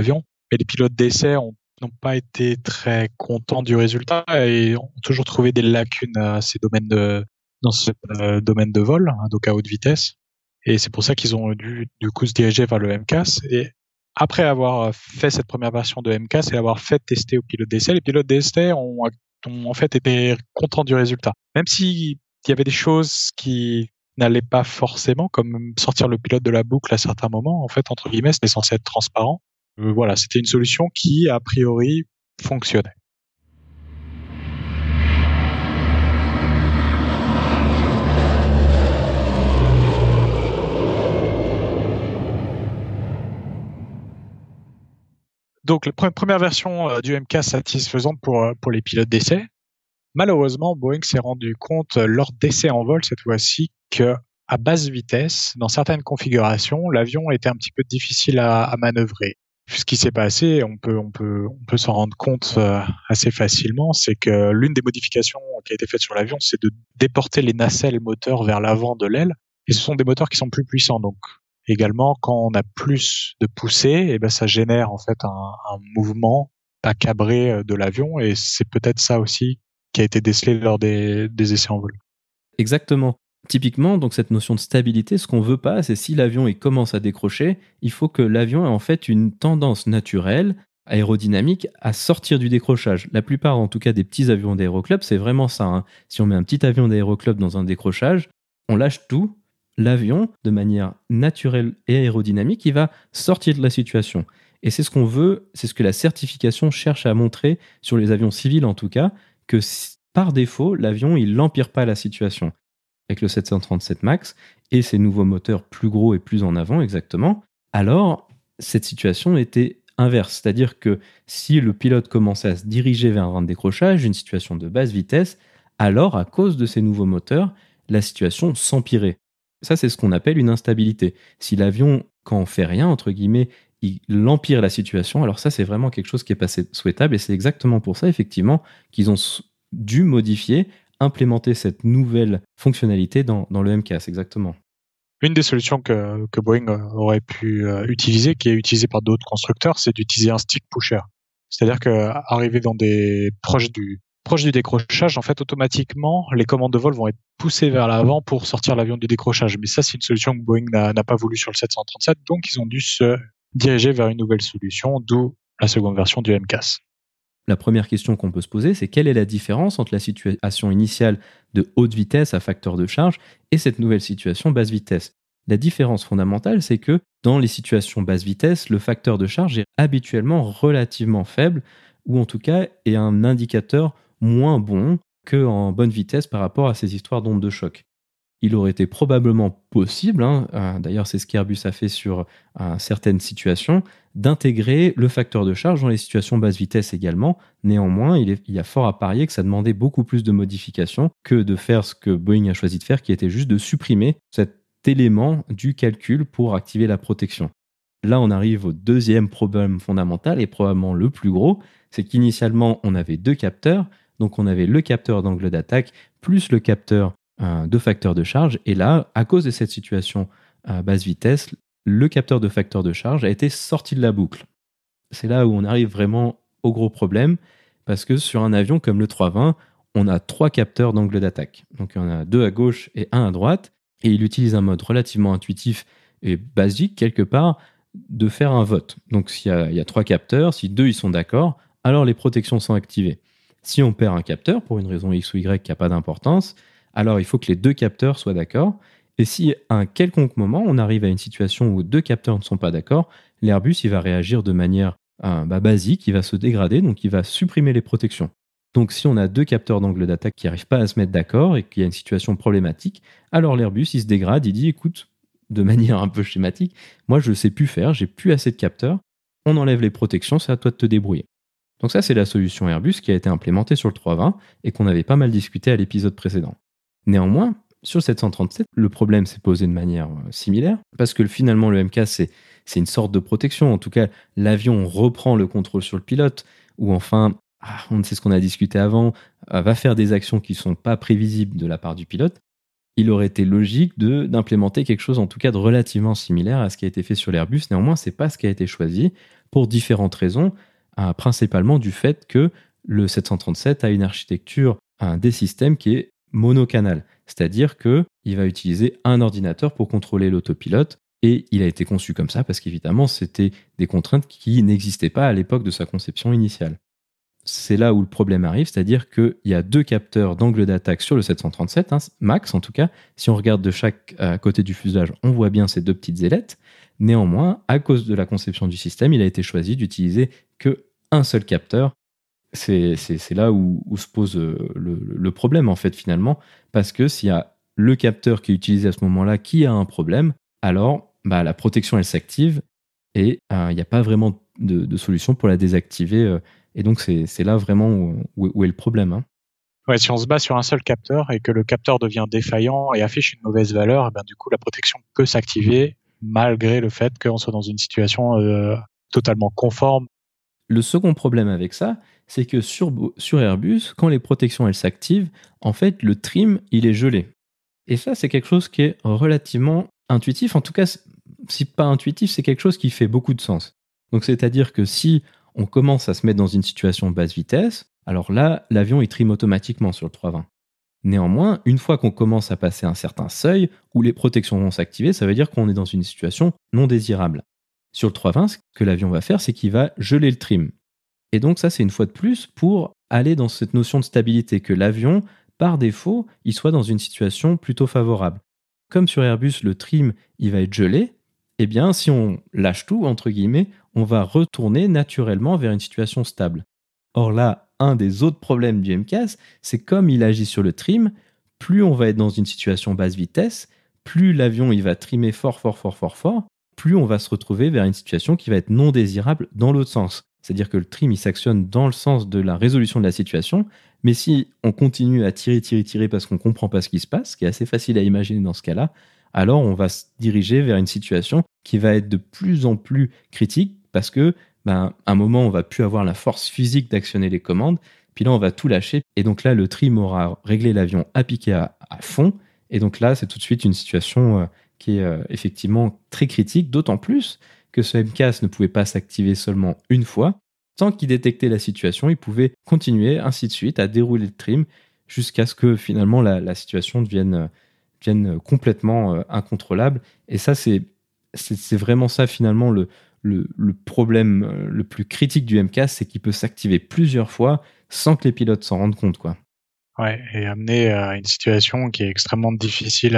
mais les pilotes d'essai n'ont pas été très contents du résultat et ont toujours trouvé des lacunes dans ce domaine de vol, hein, donc à haute vitesse. Et c'est pour ça qu'ils ont dû du coup se diriger vers le MCAS. Et après avoir fait cette première version de MCAS et l'avoir fait tester aux pilotes d'essai, les pilotes d'essai ont en fait été contents du résultat. Même s'il y avait des choses qui n'allaient pas forcément, comme sortir le pilote de la boucle à certains moments, en fait, entre guillemets, c'était censé être transparent. Voilà, c'était une solution qui, a priori, fonctionnait. Donc, la première version du MCAS satisfaisante pour les pilotes d'essai. Malheureusement, Boeing s'est rendu compte lors d'essais en vol cette fois-ci que à basse vitesse, dans certaines configurations, l'avion était un petit peu difficile à manœuvrer. Ce qui s'est passé, on peut s'en rendre compte assez facilement, c'est que l'une des modifications qui a été faite sur l'avion, c'est de déporter les nacelles moteurs vers l'avant de l'aile, et ce sont des moteurs qui sont plus puissants. Donc également, quand on a plus de poussée, et ben ça génère en fait un mouvement pas cabré de l'avion, et c'est peut-être ça aussi qui a été décelé lors des essais en vol. Exactement. Typiquement, donc cette notion de stabilité, ce qu'on veut pas, c'est si l'avion il commence à décrocher, il faut que l'avion ait en fait une tendance naturelle, aérodynamique, à sortir du décrochage. La plupart, en tout cas, des petits avions d'aéroclub, c'est vraiment ça, hein. Si on met un petit avion d'aéroclub dans un décrochage, on lâche tout, l'avion, de manière naturelle et aérodynamique, il va sortir de la situation. Et c'est ce qu'on veut, c'est ce que la certification cherche à montrer sur les avions civils en tout cas, que par défaut, l'avion, il n'empire pas la situation. Avec le 737 MAX et ses nouveaux moteurs plus gros et plus en avant exactement, alors cette situation était inverse. C'est-à-dire que si le pilote commençait à se diriger vers un décrochage, une situation de basse vitesse, alors à cause de ces nouveaux moteurs, la situation s'empirait. Ça, c'est ce qu'on appelle une instabilité. Si l'avion, quand on fait rien, entre guillemets, il empire la situation, alors ça, c'est vraiment quelque chose qui est pas souhaitable et c'est exactement pour ça, effectivement, qu'ils ont dû modifier, implémenter cette nouvelle fonctionnalité dans le MCAS, exactement. Une des solutions que Boeing aurait pu utiliser, qui est utilisée par d'autres constructeurs, c'est d'utiliser un stick pusher. C'est-à-dire qu'arriver dans des proches du décrochage, en fait, automatiquement, les commandes de vol vont être poussées vers l'avant pour sortir l'avion du décrochage. Mais ça, c'est une solution que Boeing n'a pas voulu sur le 737, donc ils ont dû se diriger vers une nouvelle solution, d'où la seconde version du MCAS. La première question qu'on peut se poser, c'est quelle est la différence entre la situation initiale de haute vitesse à facteur de charge et cette nouvelle situation basse vitesse? La différence fondamentale, c'est que dans les situations basse vitesse, le facteur de charge est habituellement relativement faible, ou en tout cas est un indicateur moins bon qu'en bonne vitesse par rapport à ces histoires d'ondes de choc. Il aurait été probablement possible, d'ailleurs c'est ce qu'Airbus a fait sur certaines situations, d'intégrer le facteur de charge dans les situations basse vitesse également. Néanmoins, il y a fort à parier que ça demandait beaucoup plus de modifications que de faire ce que Boeing a choisi de faire, qui était juste de supprimer cet élément du calcul pour activer la protection. Là, on arrive au deuxième problème fondamental et probablement le plus gros, c'est qu'initialement, on avait deux capteurs. Donc, on avait le capteur d'angle d'attaque plus le capteur de facteur de charge. Et là, à cause de cette situation à basse vitesse, le capteur de facteur de charge a été sorti de la boucle. C'est là où on arrive vraiment au gros problème, parce que sur un avion comme le 320, on a 3 capteurs d'angle d'attaque. Donc, il y en a 2 à gauche et 1 à droite. Et il utilise un mode relativement intuitif et basique, quelque part, de faire un vote. Donc, s'il y a 3 capteurs, si 2 ils sont d'accord, alors les protections sont activées. Si on perd un capteur, pour une raison X ou Y qui n'a pas d'importance, alors il faut que les 2 capteurs soient d'accord. Et si à un quelconque moment, on arrive à une situation où 2 capteurs ne sont pas d'accord, l'Airbus il va réagir de manière basique, il va se dégrader, donc il va supprimer les protections. Donc si on a 2 capteurs d'angle d'attaque qui n'arrivent pas à se mettre d'accord et qu'il y a une situation problématique, alors l'Airbus il se dégrade, il dit écoute, de manière un peu schématique, moi je ne sais plus faire, j'ai plus assez de capteurs, on enlève les protections, c'est à toi de te débrouiller. Donc ça c'est la solution Airbus qui a été implémentée sur le 320 et qu'on avait pas mal discuté à l'épisode précédent. Néanmoins, sur le 737, le problème s'est posé de manière similaire, parce que finalement le MCAS c'est une sorte de protection, en tout cas l'avion reprend le contrôle sur le pilote, ou enfin, on sait ce qu'on a discuté avant, va faire des actions qui ne sont pas prévisibles de la part du pilote. il aurait été logique d'implémenter quelque chose en tout cas de relativement similaire à ce qui a été fait sur l'Airbus. Néanmoins, c'est pas ce qui a été choisi pour différentes raisons, principalement du fait que le 737 a une architecture, des systèmes qui est monocanal, c'est-à-dire que il va utiliser un ordinateur pour contrôler l'autopilote et il a été conçu comme ça parce qu'évidemment, c'était des contraintes qui n'existaient pas à l'époque de sa conception initiale. C'est là où le problème arrive, c'est-à-dire qu'il y a 2 capteurs d'angle d'attaque sur le 737, max en tout cas. Si on regarde de chaque côté du fuselage, on voit bien ces 2 petites ailettes. Néanmoins, à cause de la conception du système, il a été choisi d'utiliser qu'un seul capteur. C'est là où se pose le problème, en fait, finalement, parce que s'il y a le capteur qui est utilisé à ce moment-là qui a un problème, alors la protection, elle s'active et il n'y a pas vraiment de solution pour la désactiver. Et donc, c'est là vraiment où est le problème. Ouais, si on se base sur un seul capteur et que le capteur devient défaillant et affiche une mauvaise valeur, et ben, du coup, la protection peut s'activer malgré le fait qu'on soit dans une situation totalement conforme. Le second problème avec ça, c'est que sur Airbus, quand les protections elles s'activent, en fait, le trim, il est gelé. Et ça, c'est quelque chose qui est relativement intuitif. En tout cas, si pas intuitif, c'est quelque chose qui fait beaucoup de sens. Donc, c'est-à-dire que si on commence à se mettre dans une situation basse vitesse, alors là, l'avion, il trime automatiquement sur le 320. Néanmoins, une fois qu'on commence à passer un certain seuil où les protections vont s'activer, ça veut dire qu'on est dans une situation non désirable. Sur le 320, ce que l'avion va faire, c'est qu'il va geler le trim. Et donc ça, c'est une fois de plus pour aller dans cette notion de stabilité, que l'avion, par défaut, il soit dans une situation plutôt favorable. Comme sur Airbus, le trim, il va être gelé, eh bien, si on lâche tout, entre guillemets, on va retourner naturellement vers une situation stable. Or là, un des autres problèmes du MCAS, c'est comme il agit sur le trim, plus on va être dans une situation basse vitesse, plus l'avion il va trimer fort, plus on va se retrouver vers une situation qui va être non désirable dans l'autre sens. C'est-à-dire que le trim il s'actionne dans le sens de la résolution de la situation, mais si on continue à tirer parce qu'on ne comprend pas ce qui se passe, ce qui est assez facile à imaginer dans ce cas-là, alors on va se diriger vers une situation qui va être de plus en plus critique parce que à un moment, on va plus avoir la force physique d'actionner les commandes, puis là, on va tout lâcher. Et donc là, le trim aura réglé l'avion à piquer à fond. Et donc là, c'est tout de suite une situation qui est effectivement très critique, d'autant plus que ce MCAS ne pouvait pas s'activer seulement une fois. Tant qu'il détectait la situation, il pouvait continuer ainsi de suite à dérouler le trim jusqu'à ce que finalement la situation devienne complètement incontrôlable. Et ça, c'est vraiment ça finalement le problème le plus critique du MCAS, c'est qu'il peut s'activer plusieurs fois sans que les pilotes s'en rendent compte, quoi. Ouais, et amener à une situation qui est extrêmement difficile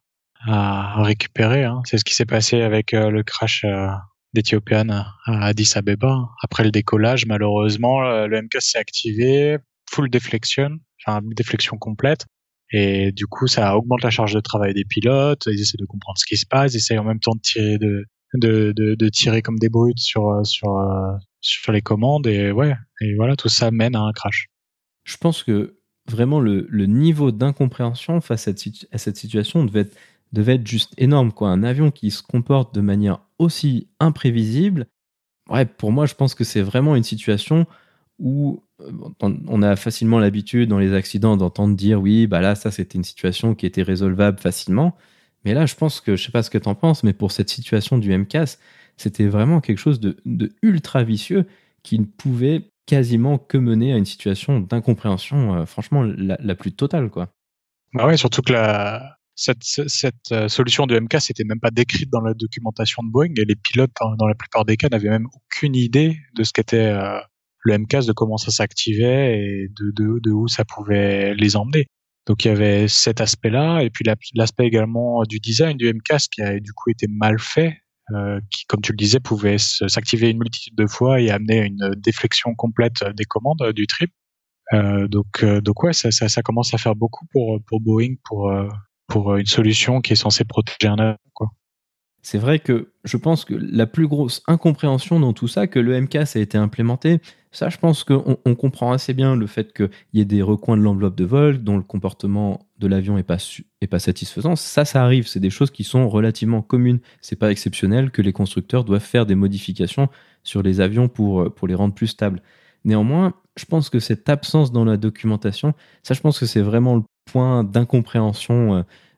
à récupérer. C'est ce qui s'est passé avec le crash d'Ethiopian à Addis Abeba. Après le décollage, malheureusement, le MCAS s'est activé, full deflection, enfin déflexion complète. Et du coup, ça augmente la charge de travail des pilotes. Ils essaient de comprendre ce qui se passe, ils essayent en même temps de tirer de tirer comme des brutes sur les commandes et voilà, tout ça mène à un crash. Je pense que vraiment le niveau d'incompréhension face à cette situation devait être juste énorme, quoi. Un avion qui se comporte de manière aussi imprévisible, pour moi, je pense que c'est vraiment une situation où on a facilement l'habitude dans les accidents d'entendre dire oui, là, ça c'était une situation qui était résolvable facilement. Mais là, je pense que, je sais pas ce que tu en penses, mais pour cette situation du MCAS, c'était vraiment quelque chose de ultra vicieux qui ne pouvait quasiment que mener à une situation d'incompréhension, franchement, la plus totale, quoi. Ouais, surtout que cette solution de MCAS n'était même pas décrite dans la documentation de Boeing et les pilotes, dans la plupart des cas, n'avaient même aucune idée de ce qu'était le MCAS, de comment ça s'activait et de où ça pouvait les emmener. Donc il y avait cet aspect-là et puis l'aspect également du design du MCAS qui a du coup été mal fait, qui, comme tu le disais, pouvait s'activer une multitude de fois et amener à une déflexion complète des commandes du trip. Donc ouais, ça commence à faire beaucoup pour Boeing pour une solution qui est censée protéger un avion, quoi. C'est vrai que je pense que la plus grosse incompréhension dans tout ça, que le MCAS a été implémenté, ça, je pense qu'on comprend assez bien le fait qu'il y ait des recoins de l'enveloppe de vol dont le comportement de l'avion est pas satisfaisant. Ça arrive. C'est des choses qui sont relativement communes. C'est pas exceptionnel que les constructeurs doivent faire des modifications sur les avions pour les rendre plus stables. Néanmoins, je pense que cette absence dans la documentation, ça, je pense que c'est vraiment le point d'incompréhension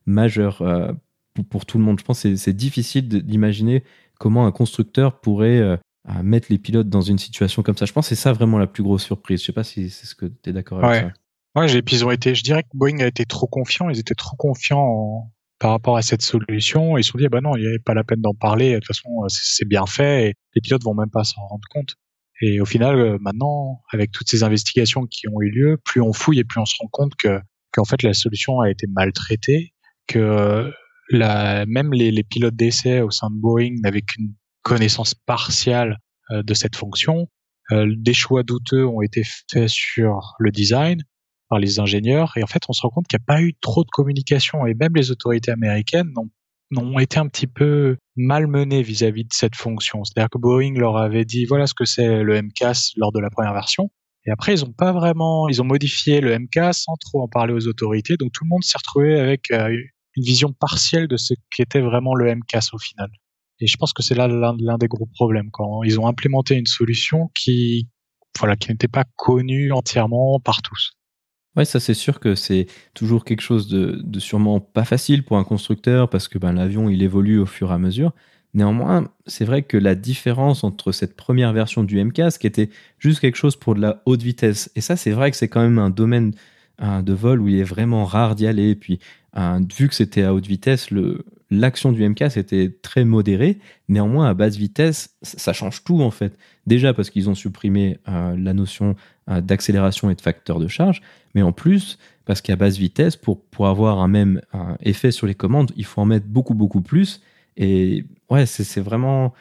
majeur pour tout le monde. Je pense que c'est difficile d'imaginer comment un constructeur pourrait à mettre les pilotes dans une situation comme ça. Je pense que c'est ça vraiment la plus grosse surprise. Je sais pas si c'est ce que tu es d'accord avec ça. Ouais, je dirais que Boeing a été trop confiant. Ils étaient trop confiants par rapport à cette solution. Ils se sont dit, non, il n'y avait pas la peine d'en parler. De toute façon, c'est bien fait et les pilotes vont même pas s'en rendre compte. Et au final, maintenant, avec toutes ces investigations qui ont eu lieu, plus on fouille et plus on se rend compte qu'en fait, la solution a été maltraitée, que même les pilotes d'essai au sein de Boeing n'avaient qu'une connaissance partielle de cette fonction. Des choix douteux ont été faits sur le design par les ingénieurs, et en fait, on se rend compte qu'il n'y a pas eu trop de communication, et même les autorités américaines n'ont été un petit peu malmenées vis-à-vis de cette fonction. C'est-à-dire que Boeing leur avait dit, voilà ce que c'est le MCAS lors de la première version, et après, ils ont modifié le MCAS sans trop en parler aux autorités, donc tout le monde s'est retrouvé avec une vision partielle de ce qu'était vraiment le MCAS au final. Et je pense que c'est là l'un des gros problèmes, quand ils ont implémenté une solution qui n'était pas connue entièrement par tous. Ouais, ça c'est sûr que c'est toujours quelque chose de sûrement pas facile pour un constructeur parce que l'avion il évolue au fur et à mesure. Néanmoins, c'est vrai que la différence entre cette première version du MCAS qui était juste quelque chose pour de la haute vitesse, et ça c'est vrai que c'est quand même un domaine de vol où il est vraiment rare d'y aller. Et puis, vu que c'était à haute vitesse, l'action du MCAS était très modérée. Néanmoins, à basse vitesse, ça change tout en fait. Déjà parce qu'ils ont supprimé la notion d'accélération et de facteur de charge, mais en plus, parce qu'à basse vitesse, pour avoir un même effet sur les commandes, il faut en mettre beaucoup, beaucoup plus. Et ouais, c'est vraiment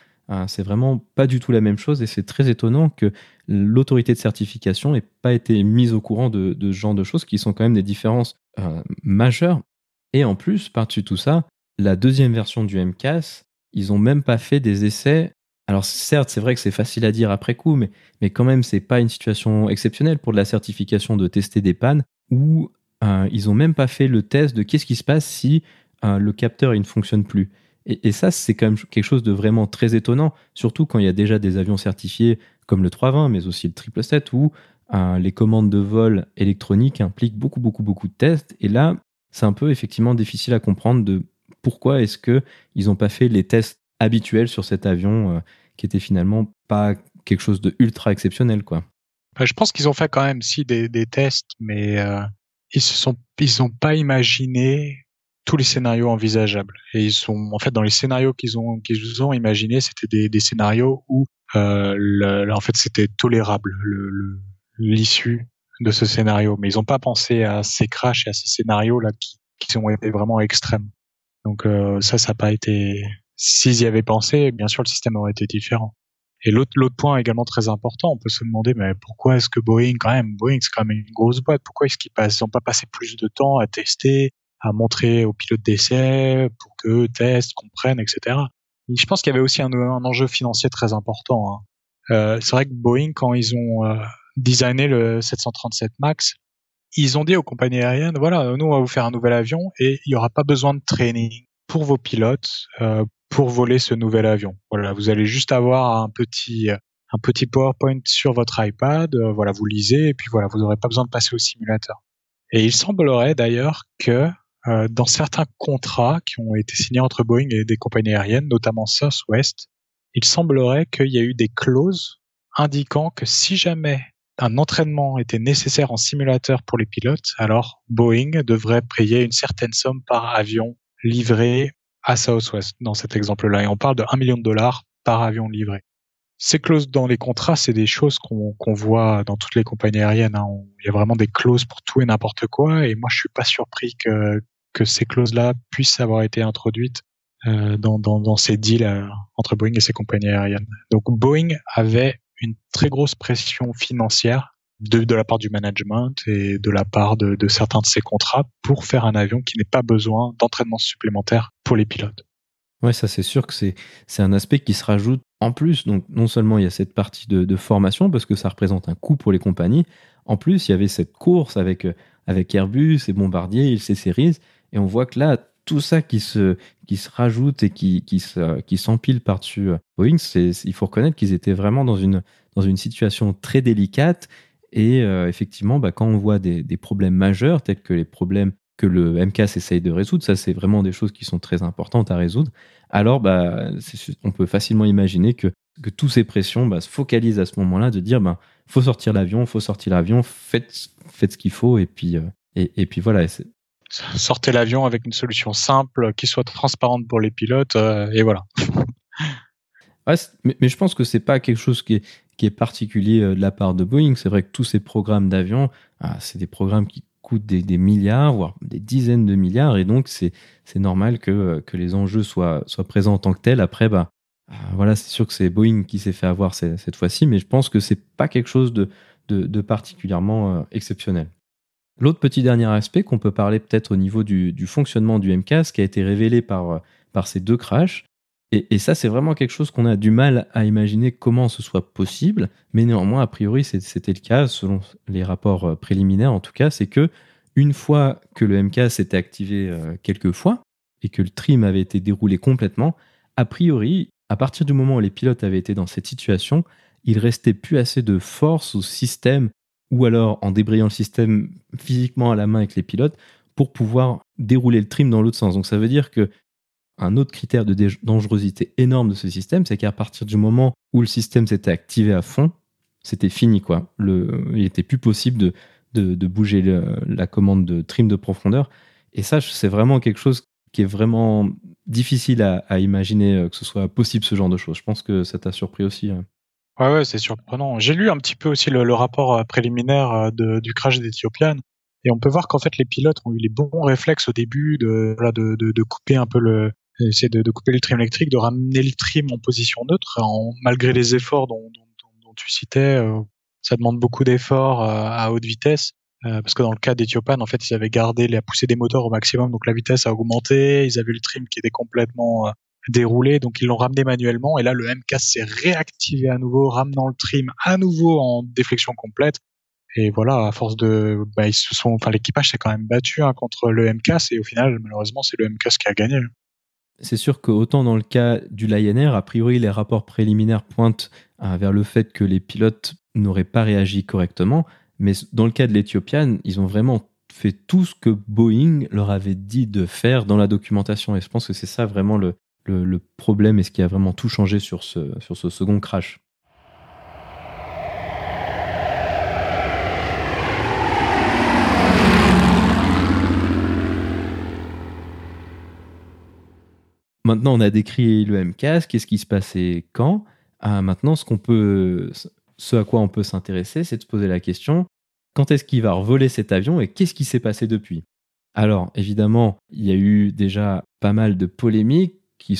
pas du tout la même chose, et c'est très étonnant que l'autorité de certification n'ait pas été mise au courant de ce genre de choses qui sont quand même des différences majeures. Et en plus, par-dessus tout ça, la deuxième version du MCAS, ils n'ont même pas fait des essais. Alors certes, c'est vrai que c'est facile à dire après coup, mais quand même, c'est pas une situation exceptionnelle pour de la certification de tester des pannes où ils n'ont même pas fait le test de qu'est-ce qui se passe si le capteur il ne fonctionne plus. Et ça, c'est quand même quelque chose de vraiment très étonnant, surtout quand il y a déjà des avions certifiés comme le 320, mais aussi le 777, où les commandes de vol électroniques impliquent beaucoup, beaucoup, beaucoup de tests. Et là, c'est un peu effectivement difficile à comprendre de pourquoi est-ce qu'ils n'ont pas fait les tests habituels sur cet avion qui était finalement pas quelque chose de ultra exceptionnel, quoi. Je pense qu'ils ont fait quand même des tests, mais ils n'ont pas imaginé tous les scénarios envisageables. Et en fait, dans les scénarios qu'ils ont imaginés, c'était des scénarios où en fait c'était tolérable l'issue de ce scénario, mais ils n'ont pas pensé à ces crashs et à ces scénarios là qui ont été vraiment extrêmes. Donc ça n'a pas été. S'ils y avaient pensé, bien sûr, le système aurait été différent. Et l'autre point également très important, on peut se demander, mais pourquoi est-ce que Boeing, c'est quand même une grosse boîte, pourquoi est-ce qu'ils n'ont pas passé plus de temps à tester, à montrer aux pilotes d'essai pour qu'eux testent, comprennent, etc. Et je pense qu'il y avait aussi un enjeu financier très important. C'est vrai que Boeing, quand ils ont designé le 737 MAX, ils ont dit aux compagnies aériennes, voilà, nous on va vous faire un nouvel avion et il n'y aura pas besoin de training pour vos pilotes pour voler ce nouvel avion. Voilà, vous allez juste avoir un petit PowerPoint sur votre iPad, voilà, vous lisez et puis voilà, vous n'aurez pas besoin de passer au simulateur. Et il semblerait d'ailleurs que dans certains contrats qui ont été signés entre Boeing et des compagnies aériennes, notamment Southwest, il semblerait qu'il y a eu des clauses indiquant que si jamais un entraînement était nécessaire en simulateur pour les pilotes, alors Boeing devrait payer une certaine somme par avion livré à Southwest dans cet exemple-là. Et on parle de $1 million par avion livré. Ces clauses dans les contrats, c'est des choses qu'on voit dans toutes les compagnies aériennes. Il y a vraiment des clauses pour tout et n'importe quoi. Et moi, je suis pas surpris que ces clauses-là puissent avoir été introduites dans ces deals entre Boeing et ces compagnies aériennes. Donc Boeing avait une très grosse pression financière de la part du management et de la part de certains de ces contrats pour faire un avion qui n'ait pas besoin d'entraînement supplémentaire pour les pilotes. Ouais, ça c'est sûr que c'est un aspect qui se rajoute en plus. Donc non seulement il y a cette partie de formation parce que ça représente un coût pour les compagnies, en plus il y avait cette course avec Airbus et Bombardier et le C-Series, et on voit que là tout ça qui se rajoute et qui s'empile par-dessus Boeing, il faut reconnaître qu'ils étaient vraiment dans une situation très délicate. Et effectivement, quand on voit des problèmes majeurs tels que les problèmes que le MCAS essaye de résoudre, ça c'est vraiment des choses qui sont très importantes à résoudre, alors on peut facilement imaginer que toutes ces pressions se focalisent à ce moment-là de dire faut sortir l'avion, faites ce qu'il faut et puis voilà. Sortez l'avion avec une solution simple qui soit transparente pour les pilotes et voilà. Ouais, mais je pense que c'est pas quelque chose qui est particulier de la part de Boeing. C'est vrai que tous ces programmes d'avion, c'est des programmes qui coûtent des milliards, voire des dizaines de milliards, et donc c'est normal que les enjeux soient présents en tant que tels. Après, voilà, c'est sûr que c'est Boeing qui s'est fait avoir cette fois-ci, mais je pense que c'est pas quelque chose de particulièrement exceptionnel. L'autre petit dernier aspect qu'on peut parler peut-être au niveau du fonctionnement du MCAS qui a été révélé par ces 2 crashs, et ça c'est vraiment quelque chose qu'on a du mal à imaginer comment ce soit possible, mais néanmoins a priori c'était le cas selon les rapports préliminaires en tout cas, c'est que une fois que le MCAS était activé quelques fois et que le trim avait été déroulé complètement, a priori à partir du moment où les pilotes avaient été dans cette situation, il restait plus assez de force au système ou alors en débrayant le système physiquement à la main avec les pilotes pour pouvoir dérouler le trim dans l'autre sens. Donc ça veut dire que un autre critère de dangerosité énorme de ce système, c'est qu'à partir du moment où le système s'était activé à fond, c'était fini, quoi. Il n'était plus possible de bouger la commande de trim de profondeur. Et ça, c'est vraiment quelque chose qui est vraiment difficile à imaginer que ce soit possible, ce genre de choses. Je pense que ça t'a surpris aussi. Ouais, c'est surprenant. J'ai lu un petit peu aussi le rapport préliminaire du crash d'Ethiopian, et on peut voir qu'en fait les pilotes ont eu les bons réflexes au début de couper un peu essayer de couper le trim électrique, de ramener le trim en position neutre, malgré les efforts dont tu citais. Ça demande beaucoup d'efforts à haute vitesse, parce que dans le cas d'Ethiopian, en fait, ils avaient gardé la poussée des moteurs au maximum, donc la vitesse a augmenté, ils avaient le trim qui était complètement déroulé, donc ils l'ont ramené manuellement, et là le MCAS s'est réactivé à nouveau, ramenant le trim à nouveau en déflexion complète. Et voilà, à force l'équipage s'est quand même battu contre le MCAS, et au final, malheureusement, c'est le MCAS qui a gagné. C'est sûr que autant dans le cas du Lion Air, a priori les rapports préliminaires pointent vers le fait que les pilotes n'auraient pas réagi correctement, mais dans le cas de l'Ethiopian, ils ont vraiment fait tout ce que Boeing leur avait dit de faire dans la documentation, et je pense que c'est ça vraiment le problème et ce qui a vraiment tout changé sur ce second crash. Maintenant, on a décrit le MCAS, qu'est-ce qui se passait quand. Maintenant, ce à quoi on peut s'intéresser, c'est de se poser la question, quand est-ce qu'il va revoler cet avion et qu'est-ce qui s'est passé depuis ? Alors, évidemment, il y a eu déjà pas mal de polémiques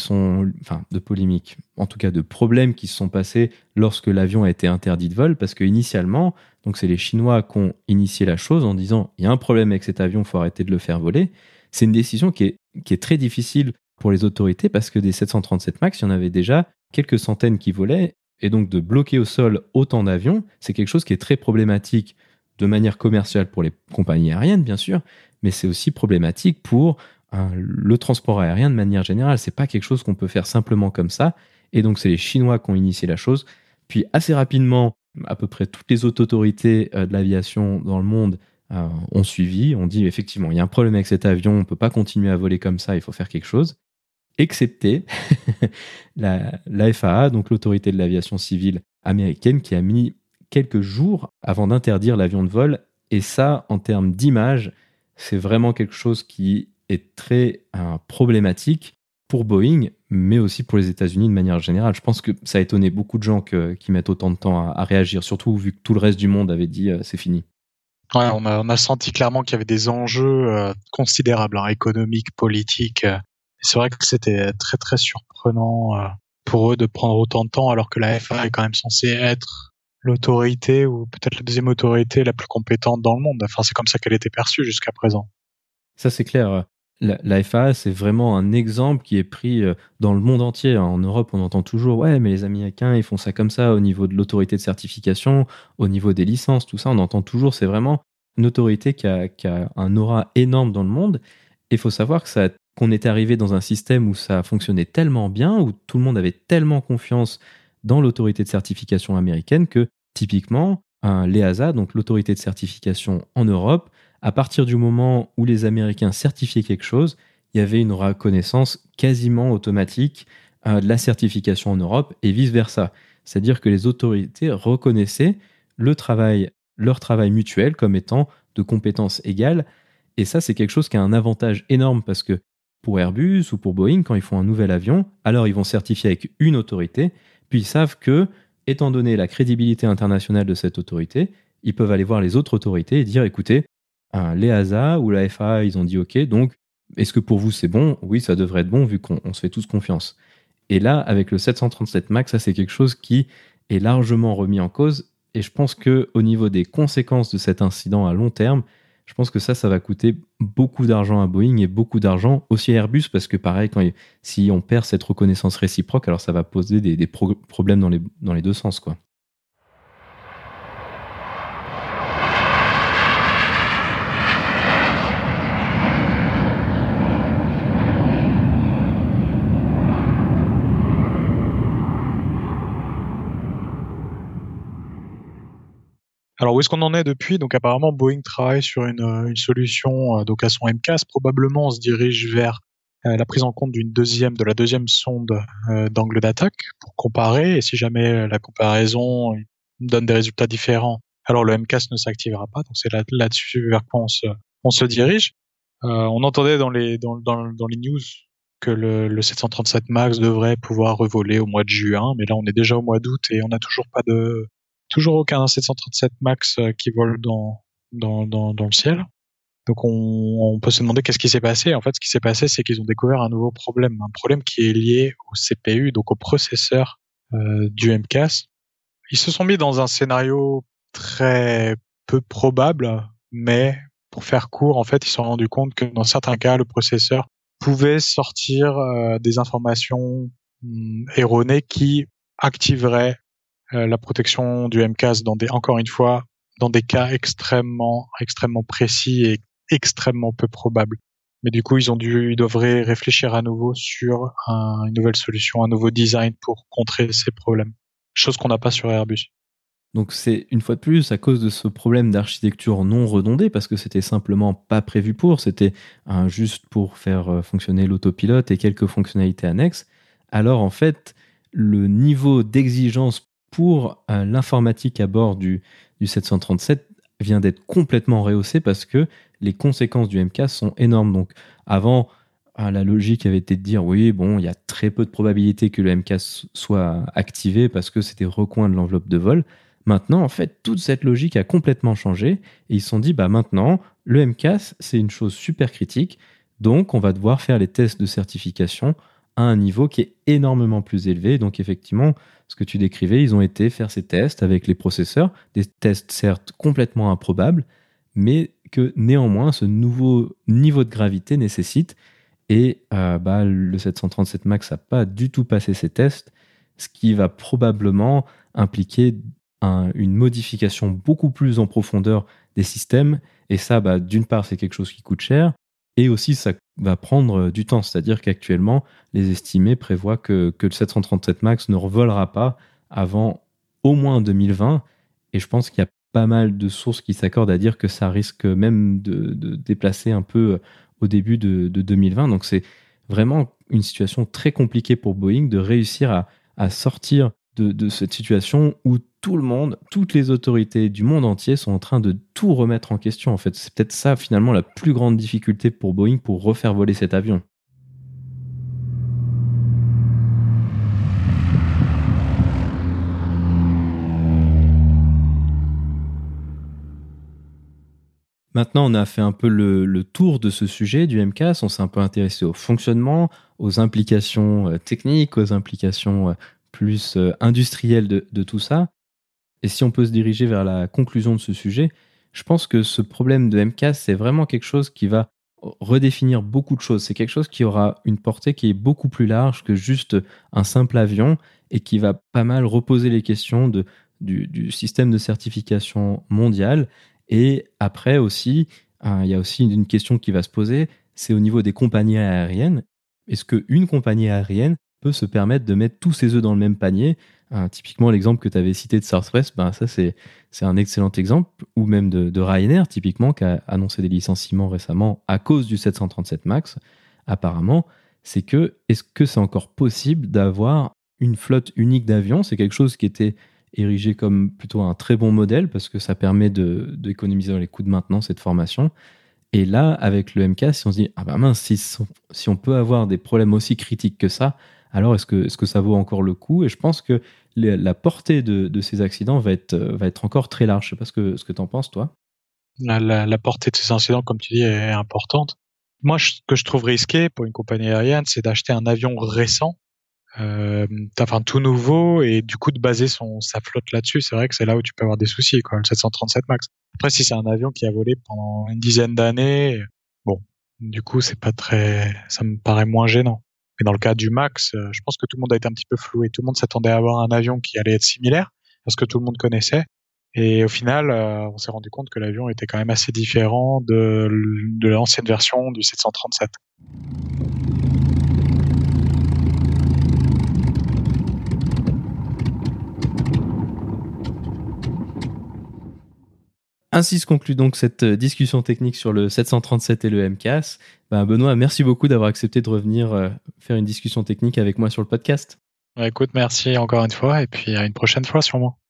en tout cas de problèmes qui se sont passés lorsque l'avion a été interdit de vol, parce que initialement, donc c'est les Chinois qui ont initié la chose en disant il y a un problème avec cet avion, il faut arrêter de le faire voler. C'est une décision qui est très difficile pour les autorités parce que des 737 MAX, il y en avait déjà quelques centaines qui volaient, et donc de bloquer au sol autant d'avions, c'est quelque chose qui est très problématique de manière commerciale pour les compagnies aériennes, bien sûr, mais c'est aussi problématique pour le transport aérien de manière générale. C'est pas quelque chose qu'on peut faire simplement comme ça, et donc c'est les Chinois qui ont initié la chose. Puis assez rapidement, à peu près toutes les autorités de l'aviation dans le monde ont suivi, ont dit effectivement, il y a un problème avec cet avion, on ne peut pas continuer à voler comme ça, il faut faire quelque chose. Excepté la FAA, donc l'autorité de l'aviation civile américaine, qui a mis quelques jours avant d'interdire l'avion de vol. Et ça, en termes d'image, c'est vraiment quelque chose qui est très problématique pour Boeing, mais aussi pour les États-Unis de manière générale. Je pense que ça a étonné beaucoup de gens qui mettent autant de temps à réagir, surtout vu que tout le reste du monde avait dit c'est fini. Ouais, on a senti clairement qu'il y avait des enjeux considérables, économiques, politiques. C'est vrai que c'était très très surprenant pour eux de prendre autant de temps, alors que la FAA est quand même censée être l'autorité, ou peut-être la deuxième autorité la plus compétente dans le monde. Enfin, c'est comme ça qu'elle était perçue jusqu'à présent. Ça, c'est clair. La FAA, c'est vraiment un exemple qui est pris dans le monde entier. En Europe, on entend toujours « Ouais, mais les Américains, ils font ça comme ça au niveau de l'autorité de certification, au niveau des licences, tout ça. » On entend toujours, c'est vraiment une autorité qui a un aura énorme dans le monde. Et il faut savoir qu'on est arrivé dans un système où ça fonctionnait tellement bien, où tout le monde avait tellement confiance dans l'autorité de certification américaine que, typiquement, l'EASA, donc l'autorité de certification en Europe, à partir du moment où les Américains certifiaient quelque chose, il y avait une reconnaissance quasiment automatique de la certification en Europe et vice-versa. C'est-à-dire que les autorités reconnaissaient leur travail mutuel comme étant de compétences égales. Et ça, c'est quelque chose qui a un avantage énorme parce que pour Airbus ou pour Boeing, quand ils font un nouvel avion, alors ils vont certifier avec une autorité, puis ils savent que, étant donné la crédibilité internationale de cette autorité, ils peuvent aller voir les autres autorités et dire, écoutez, l'EASA ou la FAA, ils ont dit OK, donc est-ce que pour vous c'est bon? Oui, ça devrait être bon vu qu'on se fait tous confiance. Et là, avec le 737 MAX, ça c'est quelque chose qui est largement remis en cause. Et je pense qu'au niveau des conséquences de cet incident à long terme, je pense que ça va coûter beaucoup d'argent à Boeing et beaucoup d'argent aussi à Airbus, parce que pareil, si on perd cette reconnaissance réciproque, alors ça va poser des problèmes dans les deux sens, quoi. Alors où est-ce qu'on en est depuis? Donc apparemment Boeing travaille sur une solution donc à son MCAS. Probablement on se dirige vers la prise en compte de la deuxième sonde d'angle d'attaque pour comparer. Et si jamais la comparaison donne des résultats différents, alors le MCAS ne s'activera pas. Donc c'est là-dessus vers quoi on se dirige. On entendait dans les news que le 737 MAX devrait pouvoir revoler au mois de juin, mais là on est déjà au mois d'août et on n'a toujours aucun 737 MAX qui vole dans le ciel. Donc on peut se demander qu'est-ce qui s'est passé. En fait, ce qui s'est passé, c'est qu'ils ont découvert un nouveau problème, un problème qui est lié au CPU, donc au processeur du MCAS. Ils se sont mis dans un scénario très peu probable, mais pour faire court, en fait, ils se sont rendus compte que dans certains cas, le processeur pouvait sortir des informations erronées qui activeraient la protection du MCAS encore une fois, dans des cas extrêmement précis et extrêmement peu probables. Mais du coup, ils devraient réfléchir à nouveau sur une nouvelle solution, un nouveau design pour contrer ces problèmes. Chose qu'on n'a pas sur Airbus. Donc c'est une fois de plus à cause de ce problème d'architecture non redondée, parce que c'était simplement pas prévu c'était juste pour faire fonctionner l'autopilote et quelques fonctionnalités annexes. Alors en fait, le niveau d'exigence pour l'informatique à bord du 737 vient d'être complètement rehaussé parce que les conséquences du MCAS sont énormes. Donc avant, la logique avait été de dire oui, bon, il y a très peu de probabilité que le MCAS soit activé parce que c'était recoin de l'enveloppe de vol. Maintenant, en fait, toute cette logique a complètement changé et ils se sont dit, bah maintenant, le MCAS, c'est une chose super critique, donc on va devoir faire les tests de certification à un niveau qui est énormément plus élevé. Donc effectivement, ce que tu décrivais, ils ont été faire ces tests avec les processeurs, des tests certes complètement improbables, mais que néanmoins, ce nouveau niveau de gravité nécessite, et le 737 MAX n'a pas du tout passé ces tests, ce qui va probablement impliquer une modification beaucoup plus en profondeur des systèmes. Et ça, d'une part, c'est quelque chose qui coûte cher. Et aussi, ça va prendre du temps. C'est-à-dire qu'actuellement, les estimés prévoient que le 737 MAX ne revolera pas avant au moins 2020. Et je pense qu'il y a pas mal de sources qui s'accordent à dire que ça risque même de déplacer un peu au début de 2020. Donc c'est vraiment une situation très compliquée pour Boeing de réussir à sortir de cette situation où tout le monde, toutes les autorités du monde entier sont en train de tout remettre en question. En fait, c'est peut-être ça finalement la plus grande difficulté pour Boeing pour refaire voler cet avion. Maintenant, on a fait un peu le tour de ce sujet du MCAS. On s'est un peu intéressé au fonctionnement, aux implications techniques, aux implications plus industrielles de tout ça. Et si on peut se diriger vers la conclusion de ce sujet, je pense que ce problème de MCAS, c'est vraiment quelque chose qui va redéfinir beaucoup de choses. C'est quelque chose qui aura une portée qui est beaucoup plus large que juste un simple avion et qui va pas mal reposer les questions du système de certification mondial. Et après aussi, il y a aussi une question qui va se poser, c'est au niveau des compagnies aériennes. Est-ce qu'une compagnie aérienne peut se permettre de mettre tous ses œufs dans le même panier. Typiquement, l'exemple que tu avais cité de Southwest, ça c'est un excellent exemple, ou même de Ryanair, typiquement, qui a annoncé des licenciements récemment à cause du 737 MAX, apparemment. C'est que, est-ce que c'est encore possible d'avoir une flotte unique d'avions? C'est quelque chose qui était érigé comme plutôt un très bon modèle, parce que ça permet d'économiser les coûts de maintenance et de formation. Et là, avec le MK, si on se dit, mince, si on peut avoir des problèmes aussi critiques que ça, alors est-ce que ça vaut encore le coup? Et je pense que la portée de ces accidents va être encore très large. Je ne sais pas ce que tu en penses, toi. La portée de ces incidents, comme tu dis, est importante. Moi, ce que je trouve risqué pour une compagnie aérienne, c'est d'acheter un avion récent, tout nouveau, et du coup de baser sa flotte là-dessus. C'est vrai que c'est là où tu peux avoir des soucis, quoi, le 737 MAX. Après, si c'est un avion qui a volé pendant une dizaine d'années, bon, du coup, ça me paraît moins gênant. Mais dans le cas du MAX, je pense que tout le monde a été un petit peu floué. Tout le monde s'attendait à avoir un avion qui allait être similaire, parce que tout le monde connaissait. Et au final, on s'est rendu compte que l'avion était quand même assez différent de l'ancienne version du 737. Ainsi se conclut donc cette discussion technique sur le 737 et le MCAS. Benoît, merci beaucoup d'avoir accepté de revenir faire une discussion technique avec moi sur le podcast. Écoute, merci encore une fois, et puis à une prochaine fois sûrement.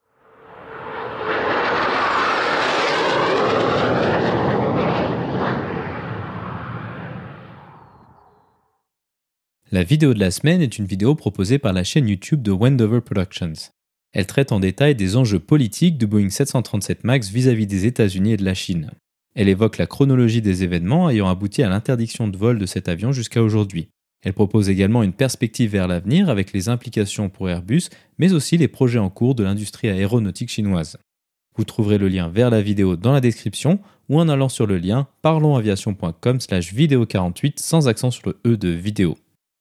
La vidéo de la semaine est une vidéo proposée par la chaîne YouTube de Wendover Productions. Elle traite en détail des enjeux politiques de Boeing 737 MAX vis-à-vis des États-Unis et de la Chine. Elle évoque la chronologie des événements ayant abouti à l'interdiction de vol de cet avion jusqu'à aujourd'hui. Elle propose également une perspective vers l'avenir avec les implications pour Airbus, mais aussi les projets en cours de l'industrie aéronautique chinoise. Vous trouverez le lien vers la vidéo dans la description ou en allant sur le lien parlonsaviation.com/vidéo48 sans accent sur le E de vidéo.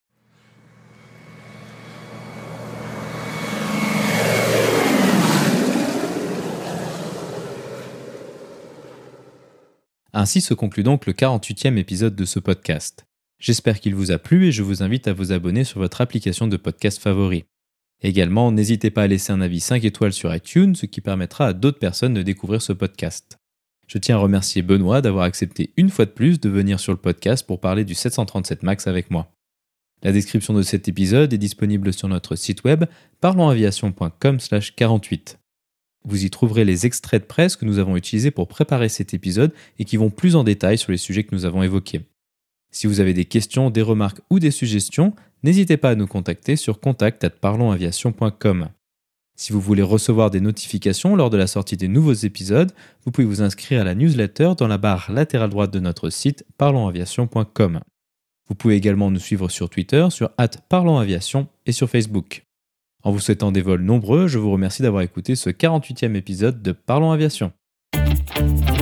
Ainsi se conclut donc le 48e épisode de ce podcast. J'espère qu'il vous a plu et je vous invite à vous abonner sur votre application de podcast favori. Également, n'hésitez pas à laisser un avis 5 étoiles sur iTunes, ce qui permettra à d'autres personnes de découvrir ce podcast. Je tiens à remercier Benoît d'avoir accepté une fois de plus de venir sur le podcast pour parler du 737 MAX avec moi. La description de cet épisode est disponible sur notre site web parlonsaviation.com/48. Vous y trouverez les extraits de presse que nous avons utilisés pour préparer cet épisode et qui vont plus en détail sur les sujets que nous avons évoqués. Si vous avez des questions, des remarques ou des suggestions, n'hésitez pas à nous contacter sur contact@parlonsaviation.com. Si vous voulez recevoir des notifications lors de la sortie des nouveaux épisodes, vous pouvez vous inscrire à la newsletter dans la barre latérale droite de notre site parlonsaviation.com. Vous pouvez également nous suivre sur Twitter, sur @parlonsaviation et sur Facebook. En vous souhaitant des vols nombreux, je vous remercie d'avoir écouté ce 48e épisode de Parlons Aviation.